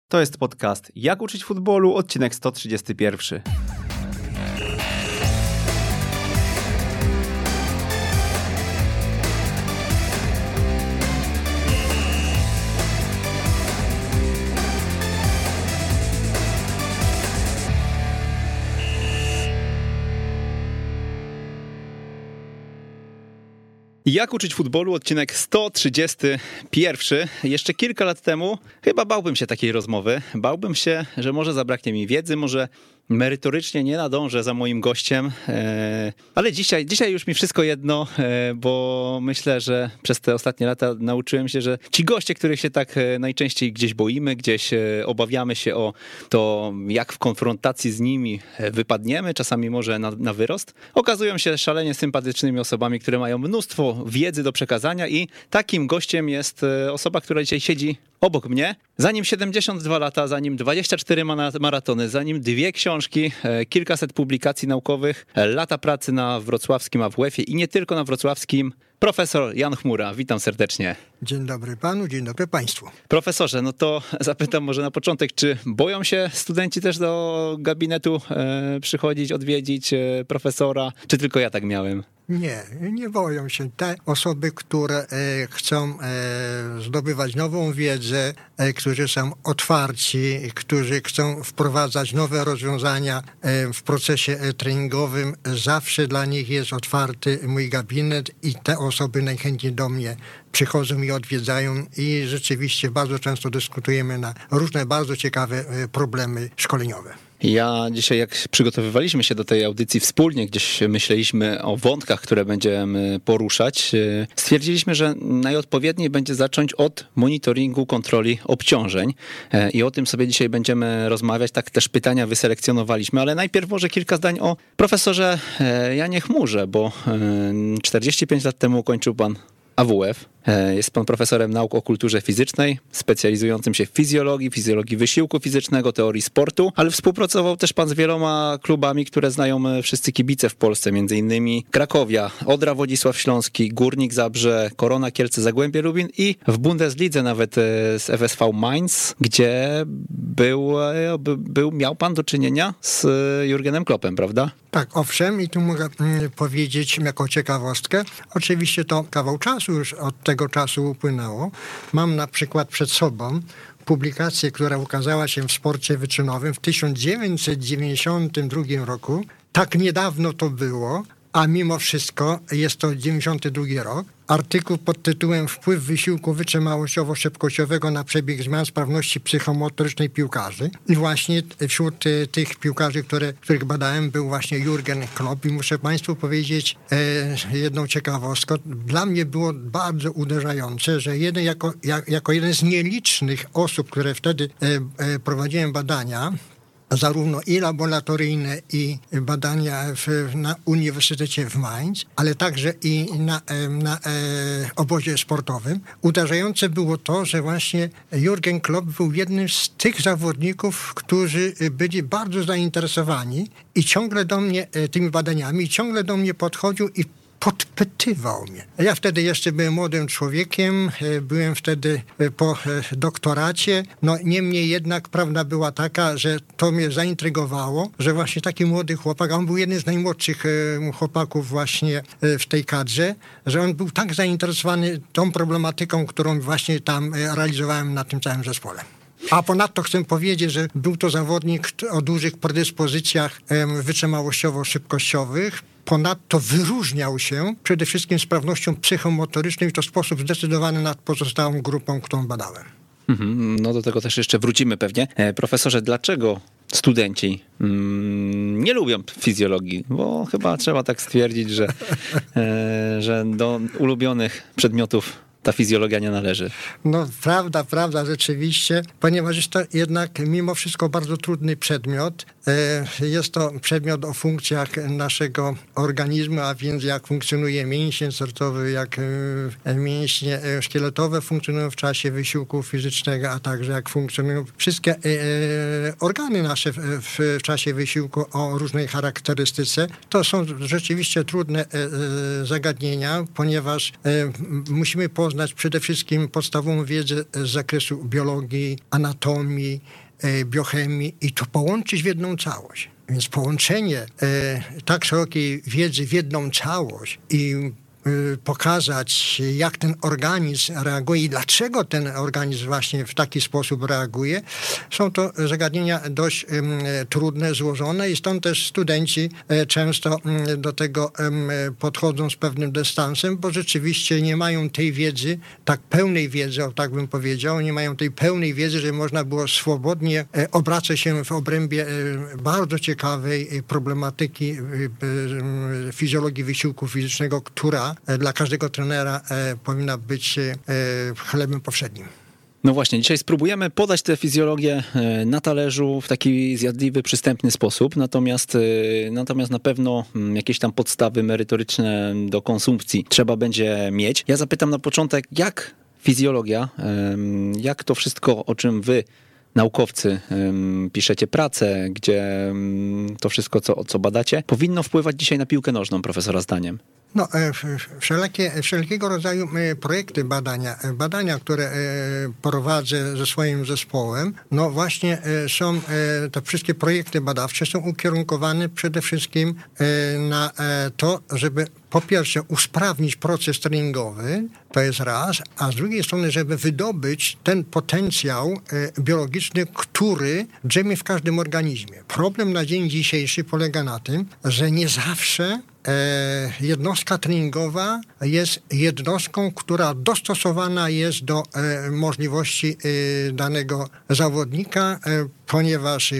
To jest podcast Jak uczyć futbolu, odcinek 131. Jak uczyć futbolu, odcinek 131. Jeszcze kilka lat temu chyba bałbym się takiej rozmowy. Bałbym się, że może zabraknie mi wiedzy, może merytorycznie nie nadążę za moim gościem, ale dzisiaj już mi wszystko jedno, bo myślę, że przez te ostatnie lata nauczyłem się, że ci goście, których się tak najczęściej gdzieś boimy, gdzieś obawiamy się o to, jak w konfrontacji z nimi wypadniemy, czasami może na wyrost, okazują się szalenie sympatycznymi osobami, które mają mnóstwo wiedzy do przekazania i takim gościem jest osoba, która dzisiaj siedzi obok mnie. Za nim 72 lata, za nim 24 maratony, za nim 2 książki, kilkaset publikacji naukowych, lata pracy na wrocławskim AWF-ie i nie tylko na wrocławskim. Profesor Jan Chmura, witam serdecznie. Dzień dobry panu, dzień dobry państwu. Profesorze, no to zapytam może na początek, czy boją się studenci też do gabinetu przychodzić, odwiedzić profesora, czy tylko ja tak miałem? Nie boją się. Te osoby, które chcą zdobywać nową wiedzę, którzy są otwarci, którzy chcą wprowadzać nowe rozwiązania w procesie treningowym, zawsze dla nich jest otwarty mój gabinet i te osoby najchętniej do mnie przychodzą i odwiedzają i rzeczywiście bardzo często dyskutujemy na różne bardzo ciekawe problemy szkoleniowe. Ja dzisiaj, jak przygotowywaliśmy się do tej audycji wspólnie, gdzieś myśleliśmy o wątkach, które będziemy poruszać, stwierdziliśmy, że najodpowiedniej będzie zacząć od monitoringu kontroli obciążeń i o tym sobie dzisiaj będziemy rozmawiać, tak też pytania wyselekcjonowaliśmy, ale najpierw może kilka zdań o profesorze Janie Chmurze, bo 45 lat temu ukończył pan AWF. Jest pan profesorem nauk o kulturze fizycznej, specjalizującym się w fizjologii wysiłku fizycznego, teorii sportu, ale współpracował też pan z wieloma klubami, które znają wszyscy kibice w Polsce, między innymi Krakowia, Odra Wodzisław Śląski, Górnik Zabrze, Korona Kielce, Zagłębie Lubin i w Bundeslidze nawet z FSV Mainz, gdzie miał pan do czynienia z Jurgenem Kloppem, prawda? Tak, owszem, i tu mogę powiedzieć jako ciekawostkę. Oczywiście to kawał czasu już od tego czasu upłynęło. Mam na przykład przed sobą publikację, która ukazała się w Sporcie Wyczynowym w 1992 roku. Tak niedawno to było, a mimo wszystko jest to 92 rok. Artykuł pod tytułem Wpływ wysiłku wytrzymałościowo-szybkościowego na przebieg zmian sprawności psychomotorycznej piłkarzy. I właśnie wśród tych piłkarzy, których badałem, był właśnie Jurgen Klopp. I muszę państwu powiedzieć jedną ciekawostkę. Dla mnie było bardzo uderzające, że jako jeden z nielicznych osób, które wtedy prowadziłem badania, zarówno i laboratoryjne, i badania na Uniwersytecie w Mainz, ale także i na obozie sportowym. Uderzające było to, że właśnie Jurgen Klopp był jednym z tych zawodników, którzy byli bardzo zainteresowani i ciągle do mnie tymi badaniami, ciągle do mnie podchodził i podpytywał mnie. Ja wtedy jeszcze byłem młodym człowiekiem, byłem wtedy po doktoracie, niemniej jednak prawda była taka, że to mnie zaintrygowało, że właśnie taki młody chłopak, a on był jednym z najmłodszych chłopaków właśnie w tej kadrze, że on był tak zainteresowany tą problematyką, którą właśnie tam realizowałem na tym całym zespole. A ponadto chcę powiedzieć, że był to zawodnik o dużych predyspozycjach wytrzymałościowo-szybkościowych. Ponadto wyróżniał się przede wszystkim sprawnością psychomotoryczną i to w sposób zdecydowany nad pozostałą grupą, którą badałem. No do tego też jeszcze wrócimy pewnie. Profesorze, dlaczego studenci nie lubią fizjologii? Bo chyba trzeba tak stwierdzić, że do ulubionych przedmiotów ta fizjologia nie należy. Prawda, rzeczywiście, ponieważ jest to jednak mimo wszystko bardzo trudny przedmiot. Jest to przedmiot o funkcjach naszego organizmu, a więc jak funkcjonuje mięsień sercowy, jak mięśnie szkieletowe funkcjonują w czasie wysiłku fizycznego, a także jak funkcjonują wszystkie organy nasze w czasie wysiłku o różnej charakterystyce. To są rzeczywiście trudne zagadnienia, ponieważ musimy poznać poznać przede wszystkim podstawową wiedzę z zakresu biologii, anatomii, biochemii i to połączyć w jedną całość. Więc połączenie tak szerokiej wiedzy w jedną całość i pokazać, jak ten organizm reaguje i dlaczego ten organizm właśnie w taki sposób reaguje, są to zagadnienia dość trudne, złożone i stąd też studenci często do tego podchodzą z pewnym dystansem, bo rzeczywiście nie mają tej wiedzy, tak pełnej wiedzy, tak bym powiedział, nie mają tej pełnej wiedzy, że można było swobodnie obracać się w obrębie bardzo ciekawej problematyki fizjologii wysiłku fizycznego, która dla każdego trenera powinna być chlebem powszednim. No właśnie, dzisiaj spróbujemy podać tę fizjologię na talerzu w taki zjadliwy, przystępny sposób, natomiast na pewno jakieś tam podstawy merytoryczne do konsumpcji trzeba będzie mieć. Ja zapytam na początek, jak fizjologia, jak to wszystko, o czym wy, naukowcy, piszecie pracę, gdzie to wszystko, co badacie, powinno wpływać dzisiaj na piłkę nożną, profesora zdaniem? No, wszelkiego rodzaju projekty badania, które prowadzę ze swoim zespołem, no właśnie są, te wszystkie projekty badawcze są ukierunkowane przede wszystkim na to, żeby po pierwsze usprawnić proces treningowy, to jest raz, a z drugiej strony, żeby wydobyć ten potencjał biologiczny, który drzemie w każdym organizmie. Problem na dzień dzisiejszy polega na tym, że nie zawsze jednostka treningowa jest jednostką, która dostosowana jest do możliwości danego zawodnika, ponieważ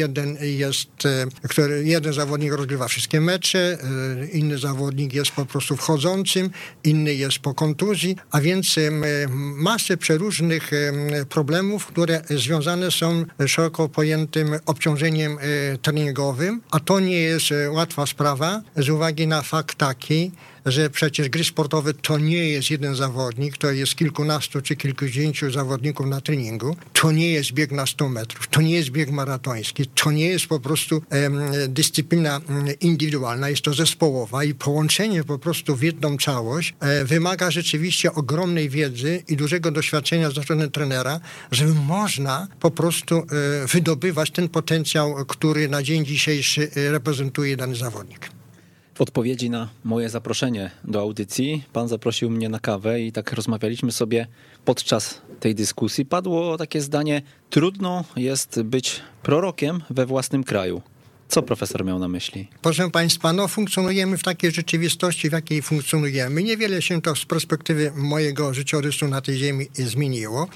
jeden zawodnik rozgrywa wszystkie mecze, inny zawodnik jest po prostu wchodzącym, inny jest po kontuzji, a więc masę przeróżnych problemów, które związane są z szeroko pojętym obciążeniem treningowym, a to nie jest łatwa sprawa z uwagi na fakt taki, że przecież gry sportowe to nie jest jeden zawodnik, to jest kilkunastu czy kilkudziesięciu zawodników na treningu. To nie jest bieg na 100 metrów, to nie jest bieg maratoński, to nie jest po prostu dyscyplina indywidualna, jest to zespołowa i połączenie po prostu w jedną całość wymaga rzeczywiście ogromnej wiedzy i dużego doświadczenia ze strony trenera, żeby można po prostu wydobywać ten potencjał, który na dzień dzisiejszy reprezentuje dany zawodnik. W odpowiedzi na moje zaproszenie do audycji pan zaprosił mnie na kawę i tak rozmawialiśmy sobie podczas tej dyskusji. Padło takie zdanie: trudno jest być prorokiem we własnym kraju. Co profesor miał na myśli? Proszę państwa, funkcjonujemy w takiej rzeczywistości, w jakiej funkcjonujemy. Niewiele się to z perspektywy mojego życiorysu na tej ziemi zmieniło.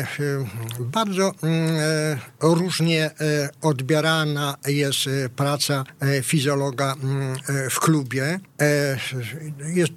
Bardzo różnie odbierana jest praca fizjologa w klubie. Jest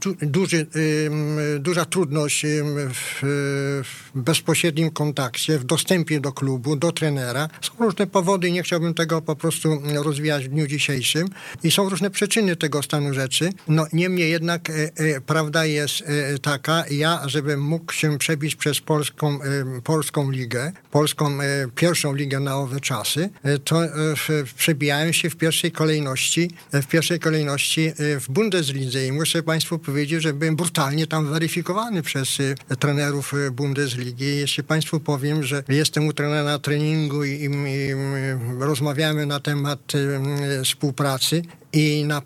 duża trudność w bezpośrednim kontakcie, w dostępie do klubu, do trenera. Są różne powody, nie chciałbym tego po prostu rozwijać w dniu dzisiejszym i są różne przyczyny tego stanu rzeczy. Niemniej jednak prawda jest taka, żebym mógł się przebić przez polską ligę, pierwszą ligę na owe czasy, to przebijałem się w pierwszej kolejności w Bundeslidze i muszę państwu powiedzieć, że byłem brutalnie tam weryfikowany przez trenerów Bundesligi. Jeśli państwu powiem, że jestem u trenera na treningu i rozmawiamy na temat współpracy i na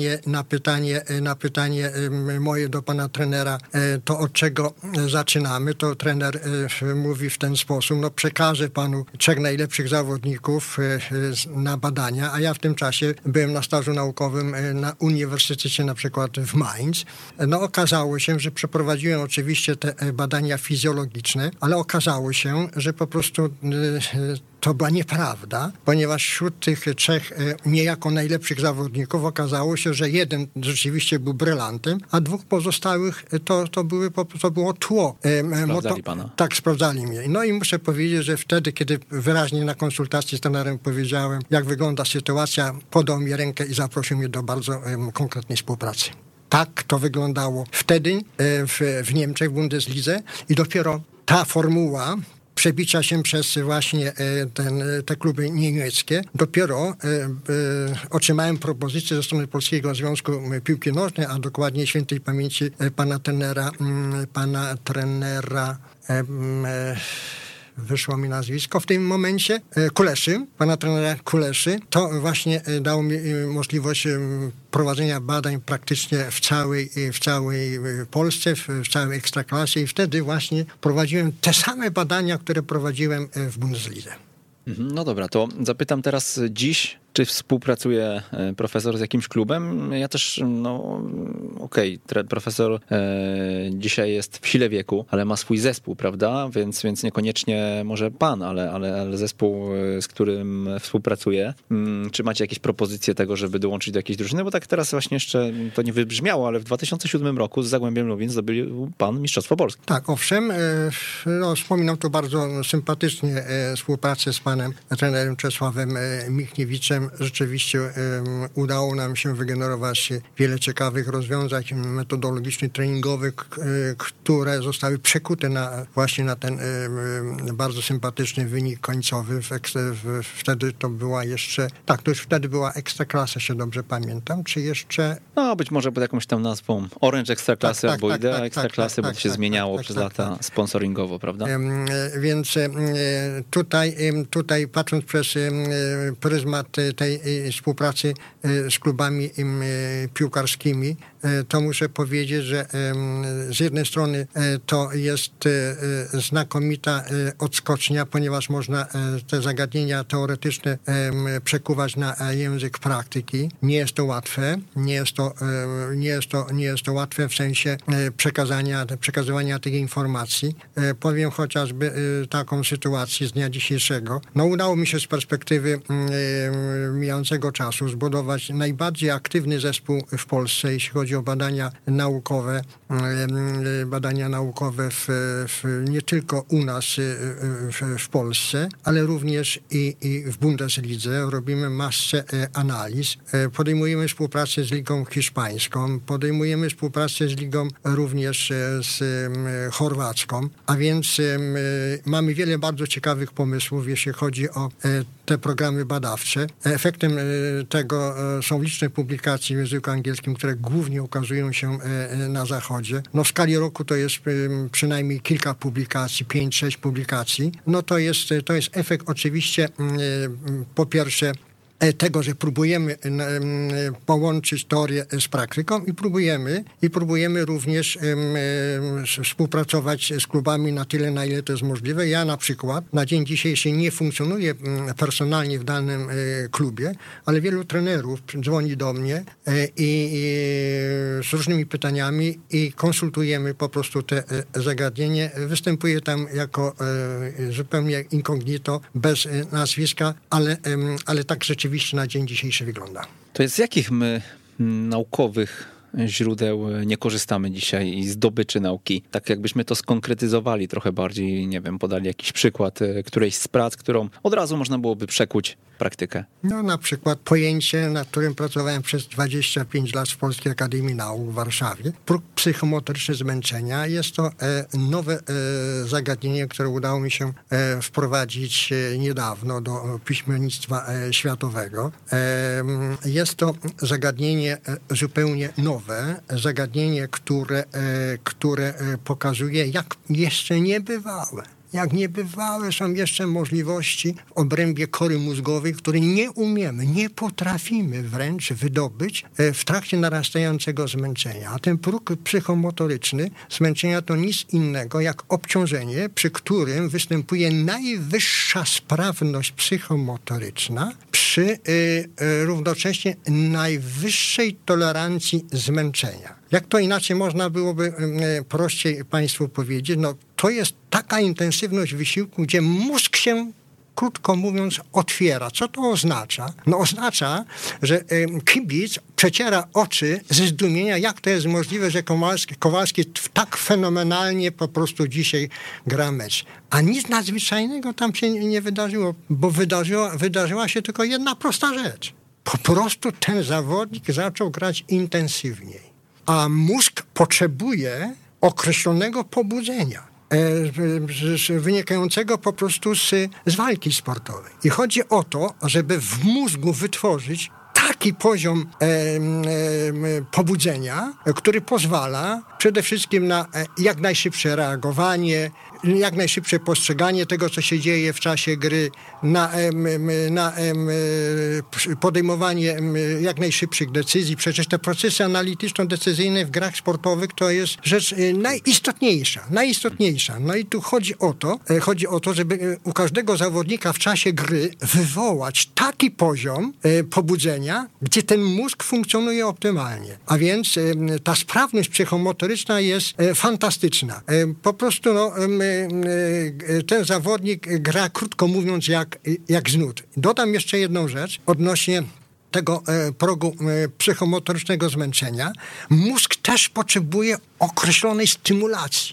pytanie moje do pana trenera, to od czego zaczynamy, to trener mówi w ten sposób: przekażę panu 3 najlepszych zawodników na badania, a ja w tym czasie byłem na stażu naukowym na uniwersytecie na przykład w Mainz. Okazało się, że przeprowadziłem oczywiście te badania fizjologiczne, ale okazało się, że po prostu to była nieprawda, ponieważ wśród tych 3 niejako najlepszych zawodników okazało się, że jeden rzeczywiście był brylantem, a 2 pozostałych to było tło. Sprawdzali pana? Tak, sprawdzali mnie. I muszę powiedzieć, że wtedy, kiedy wyraźnie na konsultacji z trenerem powiedziałem, jak wygląda sytuacja, podał mi rękę i zaprosił mnie do bardzo konkretnej współpracy. Tak to wyglądało wtedy w Niemczech, w Bundeslidze i dopiero ta formuła przebicia się przez właśnie te kluby niemieckie. Dopiero otrzymałem propozycję ze strony Polskiego Związku Piłki Nożnej, a dokładnie świętej pamięci pana trenera wyszło mi nazwisko w tym momencie, Kuleszy, pana trenera Kuleszy. To właśnie dało mi możliwość prowadzenia badań praktycznie w całej Polsce, w całej Ekstraklasie i wtedy właśnie prowadziłem te same badania, które prowadziłem w Bundeslidze. No dobra, to zapytam teraz dziś, czy współpracuje profesor z jakimś klubem? Ja też, profesor dzisiaj jest w sile wieku, ale ma swój zespół, prawda? Więc niekoniecznie może pan, ale zespół, z którym współpracuje. Czy macie jakieś propozycje tego, żeby dołączyć do jakiejś drużyny? Bo tak teraz właśnie jeszcze to nie wybrzmiało, ale w 2007 roku z Zagłębiem Lubin zdobył pan Mistrzostwo Polskie. Tak, owszem. Wspominam to bardzo sympatycznie współpracę z panem trenerem Czesławem Michniewiczem. Rzeczywiście udało nam się wygenerować wiele ciekawych rozwiązań metodologicznych, treningowych, które zostały przekute właśnie na ten bardzo sympatyczny wynik końcowy. Wtedy to była jeszcze, to już wtedy była Ekstraklasa, się dobrze pamiętam, czy jeszcze... No, być może pod jakąś tam nazwą Orange Ekstraklasy albo Idea Ekstraklasy, bo to się zmieniało przez lata sponsoringowo, prawda? Więc tutaj patrząc przez pryzmat tej współpracy z klubami piłkarskimi, to muszę powiedzieć, że z jednej strony to jest znakomita odskocznia, ponieważ można te zagadnienia teoretyczne przekuwać na język praktyki. Nie jest to łatwe. Nie jest to łatwe w sensie przekazywania tych informacji. Powiem chociażby taką sytuację z dnia dzisiejszego. Udało mi się z perspektywy mijającego czasu zbudować najbardziej aktywny zespół w Polsce, jeśli chodzi o badania naukowe nie tylko u nas w Polsce, ale również i w Bundeslidze. Robimy masę analiz. Podejmujemy współpracę z Ligą Hiszpańską, podejmujemy współpracę z Ligą również z chorwacką, a więc mamy wiele bardzo ciekawych pomysłów, jeśli chodzi o te programy badawcze. Efektem tego są liczne publikacje w języku angielskim, które głównie ukazują się na Zachodzie. W skali roku to jest przynajmniej kilka publikacji, 5-6 publikacji. To jest efekt oczywiście po pierwsze tego, że próbujemy połączyć teorię z praktyką i próbujemy również współpracować z klubami na tyle, na ile to jest możliwe. Ja na przykład na dzień dzisiejszy nie funkcjonuję personalnie w danym klubie, ale wielu trenerów dzwoni do mnie i z różnymi pytaniami i konsultujemy po prostu te zagadnienie. Występuję tam jako zupełnie incognito, bez nazwiska, ale tak rzeczywiście na dzień dzisiejszy wygląda. To jest z jakich my naukowych źródeł nie korzystamy dzisiaj i zdobyczy nauki? Tak jakbyśmy to skonkretyzowali trochę bardziej, nie wiem, podali jakiś przykład którejś z prac, którą od razu można byłoby przekuć w praktykę. Na przykład pojęcie, nad którym pracowałem przez 25 lat w Polskiej Akademii Nauk w Warszawie. Próg psychomotoryczny zmęczenia. Jest to nowe zagadnienie, które udało mi się wprowadzić niedawno do piśmiennictwa światowego. Jest to zagadnienie zupełnie nowe, zagadnienie, które pokazuje, jak jeszcze niebywałe są jeszcze możliwości w obrębie kory mózgowej, które nie potrafimy wręcz wydobyć w trakcie narastającego zmęczenia. A ten próg psychomotoryczny zmęczenia to nic innego jak obciążenie, przy którym występuje najwyższa sprawność psychomotoryczna przy równocześnie najwyższej tolerancji zmęczenia. Jak to inaczej można byłoby prościej Państwu powiedzieć? To jest taka intensywność wysiłku, gdzie mózg się, krótko mówiąc, otwiera. Co to oznacza? Oznacza, że kibic przeciera oczy ze zdumienia, jak to jest możliwe, że Kowalski tak fenomenalnie po prostu dzisiaj gra mecz. A nic nadzwyczajnego tam się nie wydarzyło, bo wydarzyła się tylko jedna prosta rzecz. Po prostu ten zawodnik zaczął grać intensywniej. A mózg potrzebuje określonego pobudzenia. wynikającego po prostu z walki sportowej. I chodzi o to, żeby w mózgu wytworzyć taki poziom pobudzenia, który pozwala przede wszystkim na jak najszybsze reagowanie, jak najszybsze postrzeganie tego, co się dzieje w czasie gry, na podejmowanie jak najszybszych decyzji. Przecież te procesy analityczno-decyzyjne w grach sportowych to jest rzecz najistotniejsza. No i tu chodzi o to, żeby u każdego zawodnika w czasie gry wywołać taki poziom pobudzenia, gdzie ten mózg funkcjonuje optymalnie. A więc ta sprawność psychomotoryczna jest fantastyczna. Po prostu ten zawodnik gra, krótko mówiąc, jak z nut. Dodam jeszcze jedną rzecz odnośnie tego progu psychomotorycznego zmęczenia. Mózg też potrzebuje określonej stymulacji.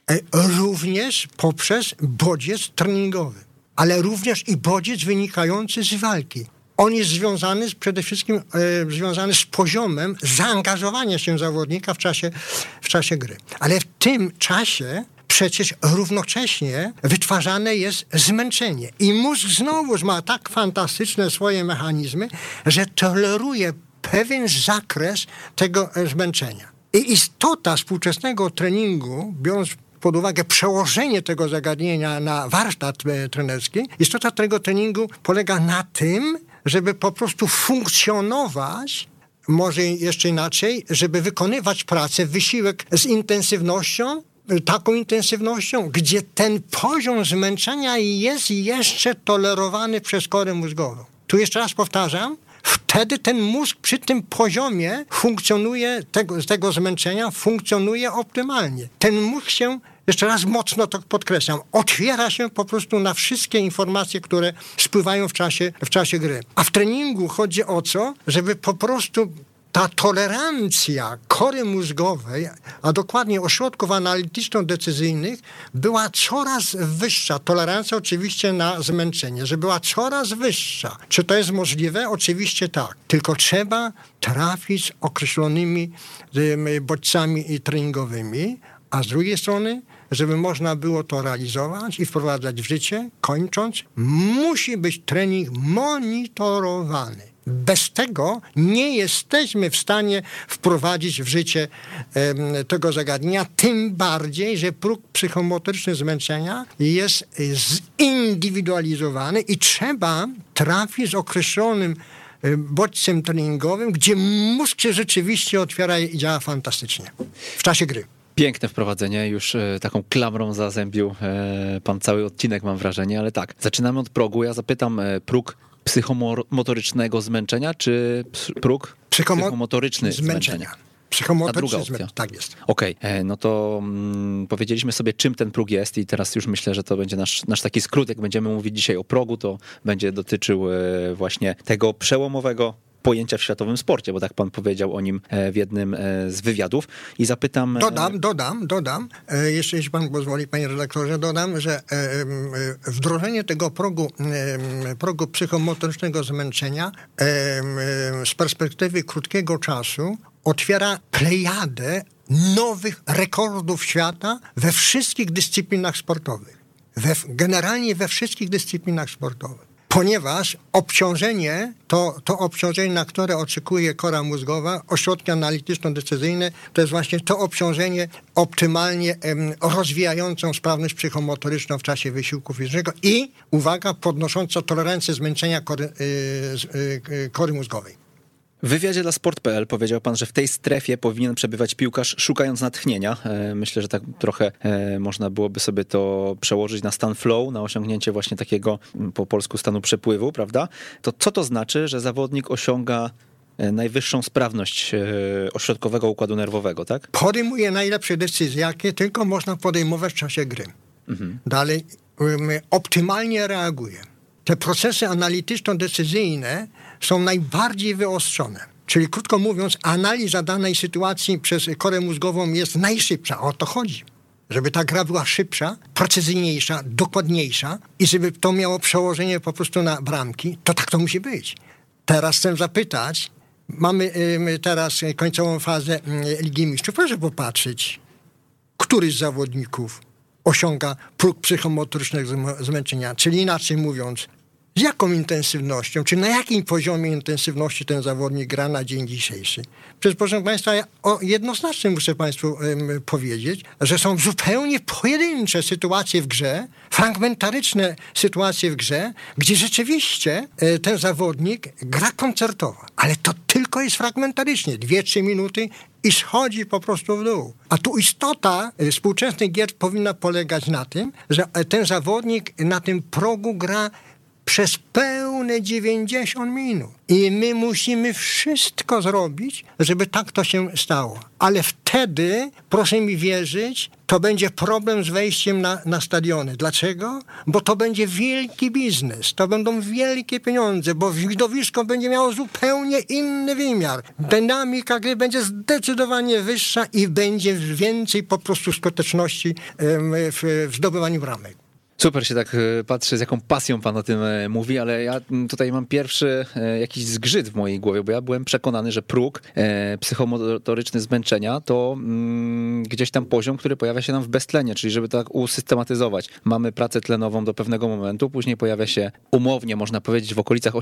Również poprzez bodziec treningowy, ale również i bodziec wynikający z walki. On jest przede wszystkim związany z poziomem zaangażowania się zawodnika w czasie gry. Ale w tym czasie przecież równocześnie wytwarzane jest zmęczenie. I mózg znowuż ma tak fantastyczne swoje mechanizmy, że toleruje pewien zakres tego zmęczenia. I istota współczesnego treningu, biorąc pod uwagę przełożenie tego zagadnienia na warsztat trenerski, istota tego treningu polega na tym, żeby po prostu funkcjonować, może jeszcze inaczej, żeby wykonywać pracę, wysiłek z intensywnością, taką intensywnością, gdzie ten poziom zmęczenia jest jeszcze tolerowany przez korę mózgową. Tu jeszcze raz powtarzam, wtedy ten mózg przy tym poziomie tego zmęczenia funkcjonuje optymalnie. Ten mózg się, jeszcze raz mocno to podkreślam, otwiera się po prostu na wszystkie informacje, które spływają w czasie gry. A w treningu chodzi o co? Żeby po prostu ta tolerancja kory mózgowej, a dokładnie ośrodków analityczno-decyzyjnych, była coraz wyższa. Tolerancja oczywiście na zmęczenie, że była coraz wyższa. Czy to jest możliwe? Oczywiście tak. Tylko trzeba trafić z określonymi bodźcami treningowymi, a z drugiej strony, żeby można było to realizować i wprowadzać w życie, kończąc, musi być trening monitorowany. Bez tego nie jesteśmy w stanie wprowadzić w życie tego zagadnienia, tym bardziej, że próg psychomotoryczny zmęczenia jest zindywidualizowany i trzeba trafić z określonym bodźcem treningowym, gdzie mózg się rzeczywiście otwiera i działa fantastycznie w czasie gry. Piękne wprowadzenie, już taką klamrą zazębił pan cały odcinek, mam wrażenie, ale tak, zaczynamy od progu. Ja zapytam, próg psychomotorycznego zmęczenia, czy próg psychomotoryczny zmęczenia? Psychomotoryczny zmęczenia, tak jest. Okej, no to powiedzieliśmy sobie, czym ten próg jest i teraz już myślę, że to będzie nasz taki skrót, jak będziemy mówić dzisiaj o progu, to będzie dotyczył właśnie tego przełomowego pojęcia w światowym sporcie, bo tak pan powiedział o nim w jednym z wywiadów i zapytam... Dodam, jeszcze jeśli pan pozwoli, panie redaktorze, dodam, że wdrożenie tego progu psychomotorycznego zmęczenia z perspektywy krótkiego czasu otwiera plejadę nowych rekordów świata we wszystkich dyscyplinach sportowych. Generalnie we wszystkich dyscyplinach sportowych. Ponieważ obciążenie, to obciążenie, na które oczekuje kora mózgowa, ośrodki analityczno-decyzyjne, to jest właśnie to obciążenie optymalnie rozwijającą sprawność psychomotoryczną w czasie wysiłku fizycznego i, uwaga, podnosząca tolerancję zmęczenia kory mózgowej. W wywiadzie dla Sport.pl powiedział pan, że w tej strefie powinien przebywać piłkarz szukając natchnienia. Myślę, że tak trochę można byłoby sobie to przełożyć na stan flow, na osiągnięcie właśnie takiego po polsku stanu przepływu, prawda? To co to znaczy, że zawodnik osiąga najwyższą sprawność ośrodkowego układu nerwowego, tak? Podejmuje najlepsze decyzje, jakie tylko można podejmować w czasie gry. Dalej, optymalnie reaguje. Te procesy analityczno-decyzyjne są najbardziej wyostrzone. Czyli krótko mówiąc, analiza danej sytuacji przez korę mózgową jest najszybsza. O to chodzi. Żeby ta gra była szybsza, precyzyjniejsza, dokładniejsza i żeby to miało przełożenie po prostu na bramki, to tak to musi być. Teraz chcę zapytać, mamy teraz końcową fazę Ligi Mistrzów. Proszę popatrzeć, któryś z zawodników osiąga próg psychomotorycznego zmęczenia. Czyli inaczej mówiąc, z jaką intensywnością, czy na jakim poziomie intensywności ten zawodnik gra na dzień dzisiejszy. Przecież, proszę Państwa, ja jednoznacznie muszę Państwu powiedzieć, że są zupełnie pojedyncze sytuacje w grze, fragmentaryczne sytuacje w grze, gdzie rzeczywiście ten zawodnik gra koncertowo, ale to tylko jest fragmentarycznie, 2-3 minuty i schodzi po prostu w dół. A tu istota współczesnych gier powinna polegać na tym, że ten zawodnik na tym progu gra przez pełne 90 minut. I my musimy wszystko zrobić, żeby tak to się stało. Ale wtedy, proszę mi wierzyć, to będzie problem z wejściem na stadiony. Dlaczego? Bo to będzie wielki biznes, to będą wielkie pieniądze, bo widowisko będzie miało zupełnie inny wymiar. Dynamika gry będzie zdecydowanie wyższa i będzie więcej po prostu skuteczności w zdobywaniu bramek. Super się tak patrzy, z jaką pasją pan o tym mówi, ale ja tutaj mam pierwszy jakiś zgrzyt w mojej głowie, bo ja byłem przekonany, że próg psychomotoryczny zmęczenia to gdzieś tam poziom, który pojawia się nam w beztlenie, czyli żeby tak usystematyzować. Mamy pracę tlenową do pewnego momentu, później pojawia się umownie, można powiedzieć, w okolicach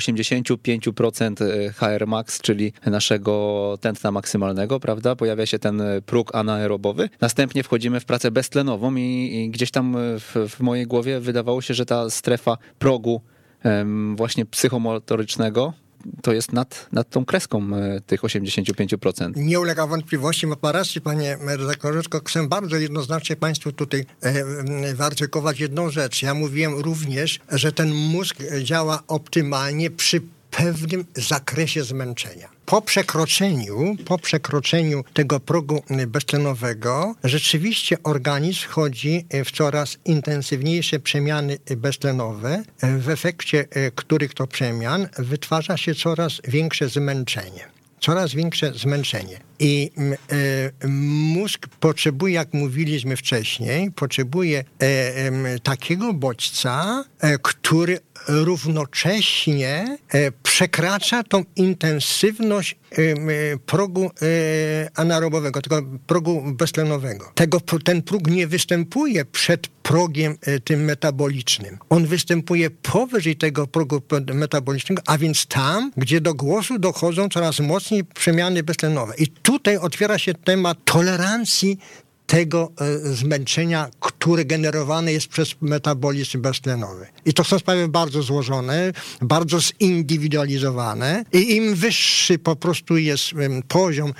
85% HR max, czyli naszego tętna maksymalnego, prawda? Pojawia się ten próg anaerobowy. Następnie wchodzimy w pracę beztlenową i gdzieś tam w mojej głowie wydawało się, że ta strefa progu właśnie psychomotorycznego to jest nad tą kreską tych 85%. Nie ulega wątpliwości, ma pan rację, panie redaktorze, tylko chcę bardzo jednoznacznie państwu tutaj wyartykułować jedną rzecz. Ja mówiłem również, że ten mózg działa optymalnie przy pewnym zakresie zmęczenia. Po przekroczeniu tego progu beztlenowego rzeczywiście organizm wchodzi w coraz intensywniejsze przemiany beztlenowe, w efekcie których to przemian wytwarza się coraz większe zmęczenie. I mózg potrzebuje, jak mówiliśmy wcześniej, takiego bodźca, który równocześnie przekracza tą intensywność progu anaerobowego, tego progu beztlenowego. Ten próg nie występuje przed progiem tym metabolicznym. On występuje powyżej tego progu metabolicznego, a więc tam, gdzie do głosu dochodzą coraz mocniej przemiany beztlenowe. I tutaj otwiera się temat tolerancji tego zmęczenia, które generowane jest przez metabolizm beztlenowy. I to są sprawy bardzo złożone, bardzo zindywidualizowane i im wyższy po prostu jest poziom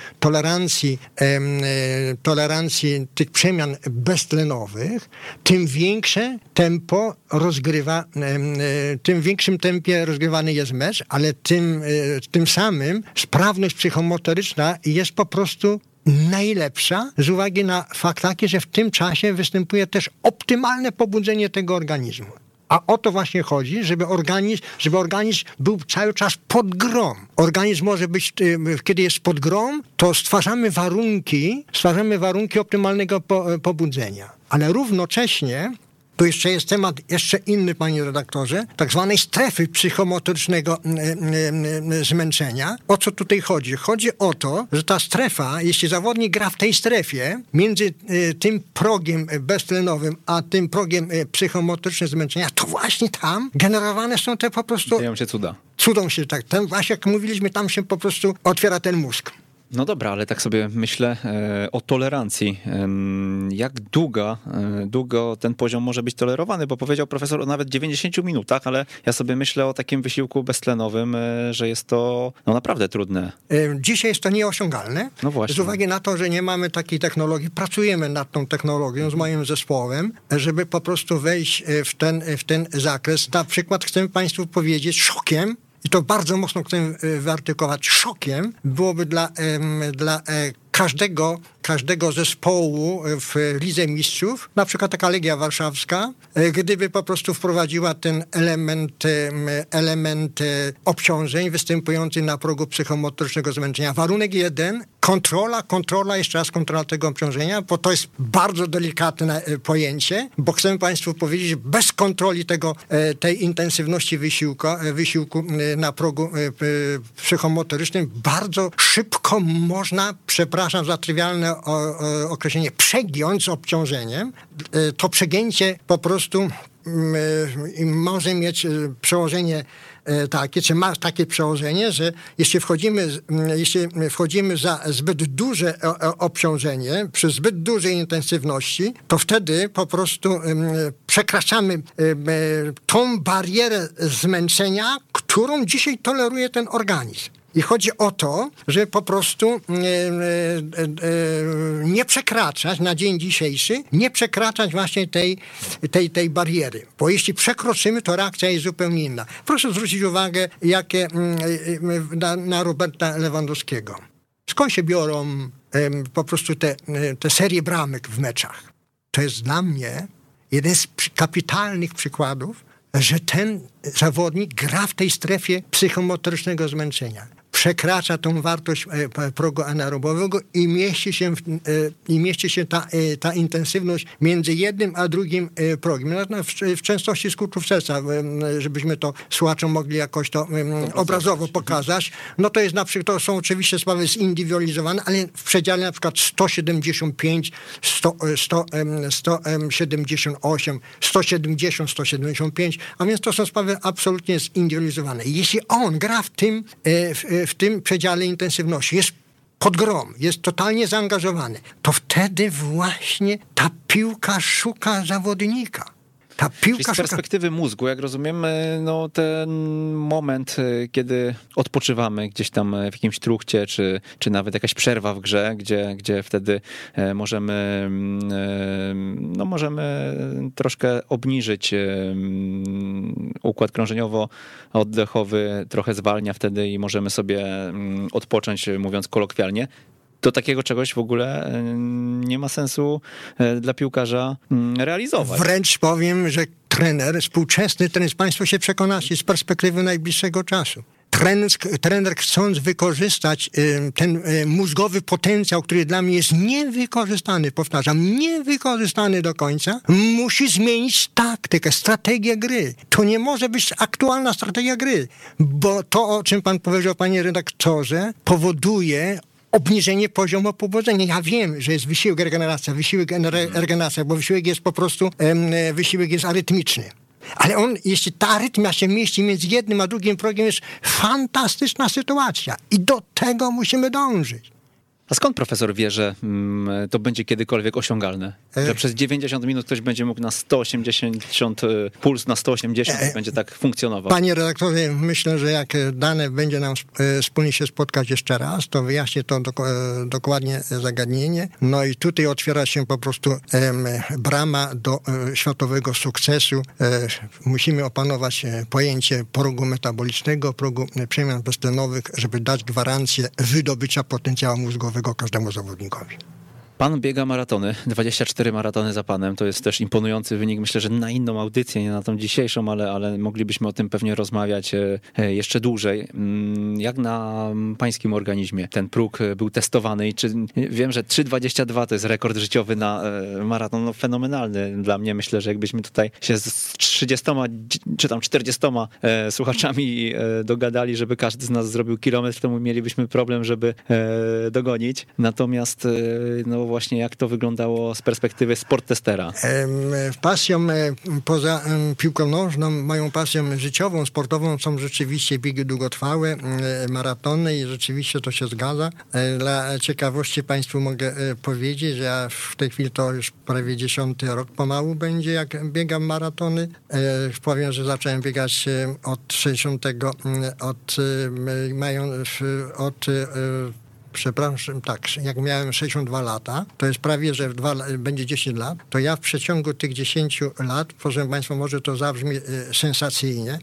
tolerancji tych przemian beztlenowych, tym większe tempo tym większym tempie rozgrywany jest mecz, ale tym samym sprawność psychomotoryczna jest po prostu najlepsza z uwagi na fakt taki, że w tym czasie występuje też optymalne pobudzenie tego organizmu. A o to właśnie chodzi, żeby organizm był cały czas pod grą. Organizm może być, kiedy jest pod grą, to stwarzamy warunki optymalnego pobudzenia. Ale równocześnie tu jeszcze jest temat inny, panie redaktorze, tak zwanej strefy psychomotorycznego zmęczenia. O co tutaj chodzi? Chodzi o to, że ta strefa, jeśli zawodnik gra w tej strefie, między tym progiem beztlenowym, a tym progiem psychomotorycznego zmęczenia, to właśnie tam generowane są te po prostu... Dzieją się cuda. Cudą się tak. Tam właśnie, jak mówiliśmy, tam się po prostu otwiera ten mózg. No dobra, ale tak sobie myślę o tolerancji. Jak długo ten poziom może być tolerowany? Bo powiedział profesor o nawet 90 minutach, ale ja sobie myślę o takim wysiłku beztlenowym, że jest to naprawdę trudne. Dzisiaj jest to nieosiągalne. No właśnie. Z uwagi na to, że nie mamy takiej technologii, pracujemy nad tą technologią z moim zespołem, żeby po prostu wejść w ten zakres. Na przykład chcę państwu powiedzieć szokiem, i to bardzo mocno chcę wyartykułować, szokiem byłoby dla każdego zespołu w Lidze Mistrzów, na przykład taka Legia Warszawska, gdyby po prostu wprowadziła ten element obciążeń występujący na progu psychomotorycznego zmęczenia. Warunek 1, kontrola, jeszcze raz kontrola tego obciążenia, bo to jest bardzo delikatne pojęcie, bo chcę państwu powiedzieć, bez kontroli tej intensywności wysiłku na progu psychomotorycznym bardzo szybko można, przepraszam za trywialne określenie przegiąć z obciążeniem, to przegięcie po prostu może mieć przełożenie takie, czy ma takie przełożenie, że jeśli wchodzimy za zbyt duże obciążenie, przy zbyt dużej intensywności, to wtedy po prostu przekraczamy tą barierę zmęczenia, którą dzisiaj toleruje ten organizm. I chodzi o to, że po prostu nie przekraczać na dzień dzisiejszy, nie przekraczać właśnie tej bariery. Bo jeśli przekroczymy, to reakcja jest zupełnie inna. Proszę zwrócić uwagę na Roberta Lewandowskiego. Skąd się biorą po prostu te serie bramek w meczach? To jest dla mnie jeden z kapitalnych przykładów, że ten zawodnik gra w tej strefie psychomotorycznego zmęczenia. Przekracza tą wartość progu anaerobowego i mieści się ta intensywność między jednym a drugim progiem. W częstości skurczów serca, żebyśmy to słuchaczom mogli jakoś to obrazowo pokazać. No to jest to są oczywiście sprawy zindywidualizowane, ale w przedziale na przykład 175, 178, 170, 175, a więc to są sprawy absolutnie zindywidualizowane. Jeśli on gra w tym przedziale intensywności, jest pod grom, jest totalnie zaangażowany, to wtedy właśnie ta piłka szuka zawodnika. Czyli z perspektywy mózgu, jak rozumiem, no ten moment, kiedy odpoczywamy gdzieś tam w jakimś truchcie, czy nawet jakaś przerwa w grze, gdzie wtedy możemy troszkę obniżyć układ krążeniowo-oddechowy, trochę zwalnia wtedy i możemy sobie odpocząć, mówiąc kolokwialnie. Do takiego czegoś w ogóle nie ma sensu dla piłkarza realizować. Wręcz powiem, że współczesny trener, państwo się przekonacie z perspektywy najbliższego czasu. Trener chcąc wykorzystać ten mózgowy potencjał, który dla mnie jest niewykorzystany, powtarzam, niewykorzystany do końca, musi zmienić taktykę, strategię gry. To nie może być aktualna strategia gry, bo to, o czym pan powiedział, panie redaktorze, powoduje obniżenie poziomu pobudzenia. Ja wiem, że jest wysiłek regeneracja, bo wysiłek jest po prostu, wysiłek jest arytmiczny. Ale jeśli ta arytmia się mieści między jednym a drugim progiem, jest fantastyczna sytuacja. I do tego musimy dążyć. A skąd profesor wie, że to będzie kiedykolwiek osiągalne? Że przez 90 minut ktoś będzie mógł na 180, puls na 180 będzie tak funkcjonował? Panie redaktorze, myślę, że jak dane będzie nam wspólnie się spotkać jeszcze raz, to wyjaśnię to dokładnie zagadnienie. No i tutaj otwiera się po prostu brama do światowego sukcesu. Musimy opanować pojęcie progu metabolicznego, progu przemian beztlenowych, żeby dać gwarancję wydobycia potencjału mózgowego każdemu zawodnikowi. Pan biega maratony, 24 maratony za panem, to jest też imponujący wynik. Myślę, że na inną audycję, nie na tą dzisiejszą, ale moglibyśmy o tym pewnie rozmawiać jeszcze dłużej. Jak na pańskim organizmie ten próg był testowany i czy wiem, że 3,22 to jest rekord życiowy na maraton, no fenomenalny dla mnie. Myślę, że jakbyśmy tutaj się z 30 czy tam 40 słuchaczami dogadali, żeby każdy z nas zrobił kilometr, to mielibyśmy problem, żeby dogonić. Natomiast no właśnie jak to wyglądało z perspektywy sporttestera? Pasją poza piłką nożną, moją pasją życiową, sportową są rzeczywiście biegi długotrwałe, maratony i rzeczywiście to się zgadza. Dla ciekawości państwu mogę powiedzieć, że ja w tej chwili to już prawie 10 rok pomału będzie, jak biegam maratony. Powiem, że zacząłem biegać jak miałem 62 lata, to jest prawie, że będzie 10 lat, to ja w przeciągu tych 10 lat, proszę państwa, może to zabrzmi sensacyjnie,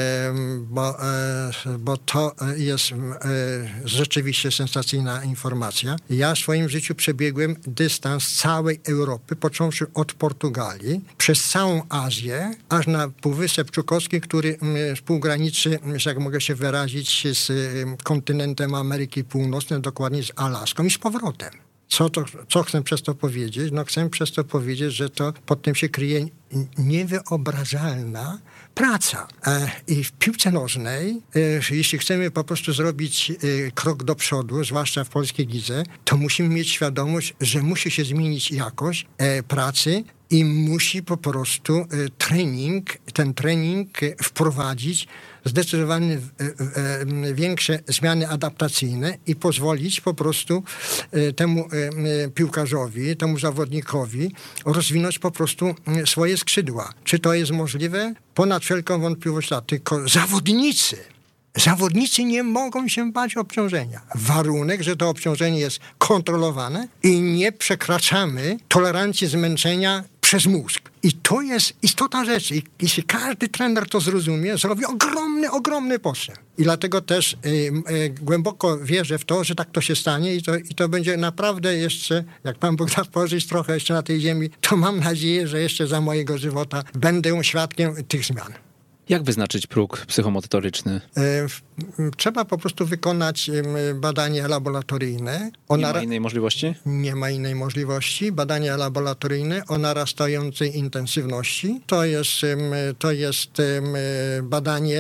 bo to jest rzeczywiście sensacyjna informacja. Ja w swoim życiu przebiegłem dystans całej Europy, począwszy od Portugalii, przez całą Azję, aż na Półwysep Czukotski, który współgraniczy, jak mogę się wyrazić, z kontynentem Ameryki Północnej, dokładnie z Alaską i z powrotem. Co chcę przez to powiedzieć? No chcę przez to powiedzieć, że to pod tym się kryje niewyobrażalna praca. I w piłce nożnej, jeśli chcemy po prostu zrobić krok do przodu, zwłaszcza w polskiej lidze, to musimy mieć świadomość, że musi się zmienić jakość pracy i musi po prostu ten trening wprowadzić zdecydowanie większe zmiany adaptacyjne i pozwolić po prostu temu piłkarzowi, temu zawodnikowi rozwinąć po prostu swoje skrzydła. Czy to jest możliwe? Ponad wszelką wątpliwość, tylko zawodnicy nie mogą się bać obciążenia. Warunek, że to obciążenie jest kontrolowane i nie przekraczamy tolerancji zmęczenia przez mózg. I to jest istota rzeczy. I jeśli każdy trener to zrozumie, zrobi ogromny postęp. I dlatego też głęboko wierzę w to, że tak to się stanie i to będzie naprawdę jeszcze, jak Pan Bóg da pożyć trochę jeszcze na tej ziemi, to mam nadzieję, że jeszcze za mojego żywota będę świadkiem tych zmian. Jak wyznaczyć próg psychomotoryczny? Trzeba po prostu wykonać badanie laboratoryjne. Nie ma innej możliwości? Nie ma innej możliwości. Badanie laboratoryjne o narastającej intensywności. To jest badanie,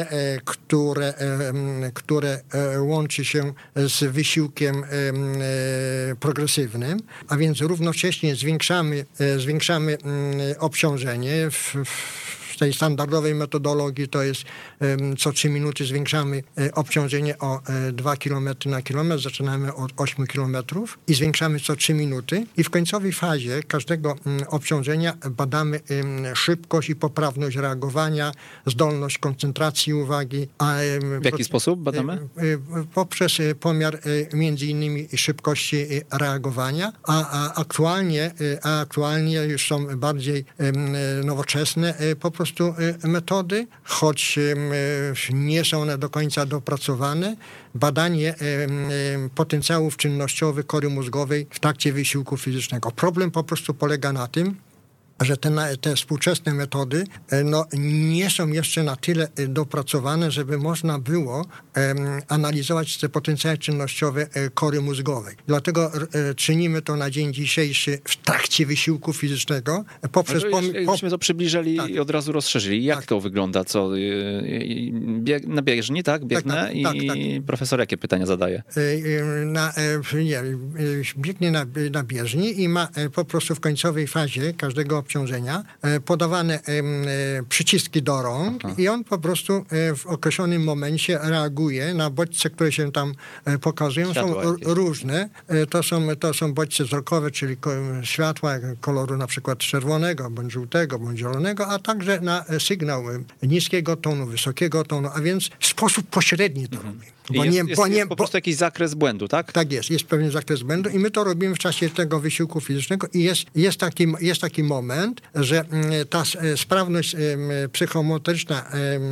które łączy się z wysiłkiem progresywnym, a więc równocześnie zwiększamy obciążenie. W tej standardowej metodologii to jest co 3 minuty zwiększamy obciążenie o 2 km na kilometr, zaczynamy od 8 km i zwiększamy co 3 minuty i w końcowej fazie każdego obciążenia badamy szybkość i poprawność reagowania, zdolność koncentracji uwagi. W jaki sposób badamy? Poprzez pomiar między innymi szybkości reagowania, a aktualnie już są bardziej nowoczesne po prostu metody, choć nie są one do końca dopracowane. Badanie potencjałów czynnościowych kory mózgowej w trakcie wysiłku fizycznego. Problem po prostu polega na tym, że te współczesne metody nie są jeszcze na tyle dopracowane, żeby można było analizować te potencjały czynnościowe kory mózgowej. Dlatego czynimy to na dzień dzisiejszy w trakcie wysiłku fizycznego. Jakbyśmy to przybliżyli i od razu rozszerzyli. Jak to wygląda? Co? Na bieżni, tak? Biegnę i profesor jakie pytania zadaje? Biegnie na bieżni i ma po prostu w końcowej fazie każdego obciążenia podawane przyciski do rąk i on po prostu w określonym momencie reaguje na bodźce, które się tam pokazują. Są różne. To są bodźce wzrokowe, czyli światła koloru na przykład czerwonego, bądź żółtego, bądź zielonego, a także na sygnał niskiego tonu, wysokiego tonu, a więc w sposób pośredni to robimy. Jest po prostu jakiś zakres błędu, tak? Tak jest pewien zakres błędu i my to robimy w czasie tego wysiłku fizycznego i jest taki moment, że ta sprawność psychomotoryczna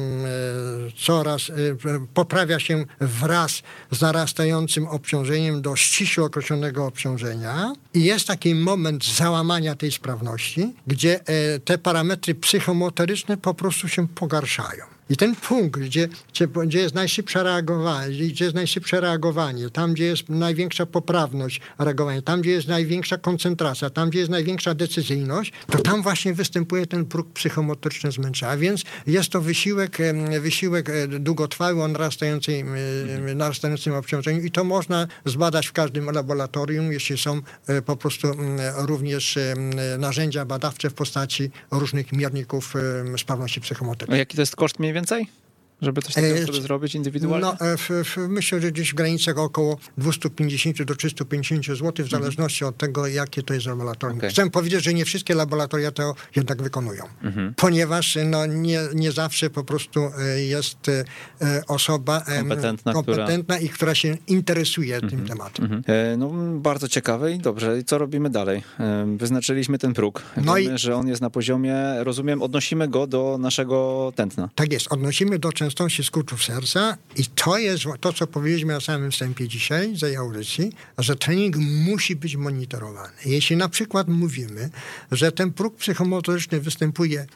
coraz poprawia się wraz z narastającym obciążeniem do ściśle określonego obciążenia i jest taki moment załamania tej sprawności, gdzie te parametry psychomotoryczne po prostu się pogarszają. I ten punkt, gdzie jest najszybsze reagowanie, tam, gdzie jest największa poprawność reagowania, tam, gdzie jest największa koncentracja, tam, gdzie jest największa decyzyjność, to tam właśnie występuje ten próg psychomotoryczny zmęczenia. A więc jest to wysiłek długotrwały o narastającym obciążeniu i to można zbadać w każdym laboratorium, jeśli są po prostu również narzędzia badawcze w postaci różnych mierników sprawności psychomotorycznej. A jaki to jest koszt mniej więcej? Żeby coś takiego wtedy zrobić indywidualnie? Myślę, że gdzieś w granicach około 250 do 350 zł, w zależności od tego, jakie to jest laboratorium. Okay. Chcę powiedzieć, że nie wszystkie laboratoria to jednak wykonują, ponieważ nie zawsze po prostu jest osoba kompetentna i która się interesuje tym tematem. Bardzo ciekawe i dobrze. I co robimy dalej? Wyznaczyliśmy ten próg. Wiemy, że on jest na poziomie, rozumiem, odnosimy go do naszego tętna. Tak jest, odnosimy do częstości skurczów serca i to jest to, co powiedzieliśmy na samym wstępie dzisiaj, tej audycji, że trening musi być monitorowany. Jeśli na przykład mówimy, że ten próg psychomotoryczny występuje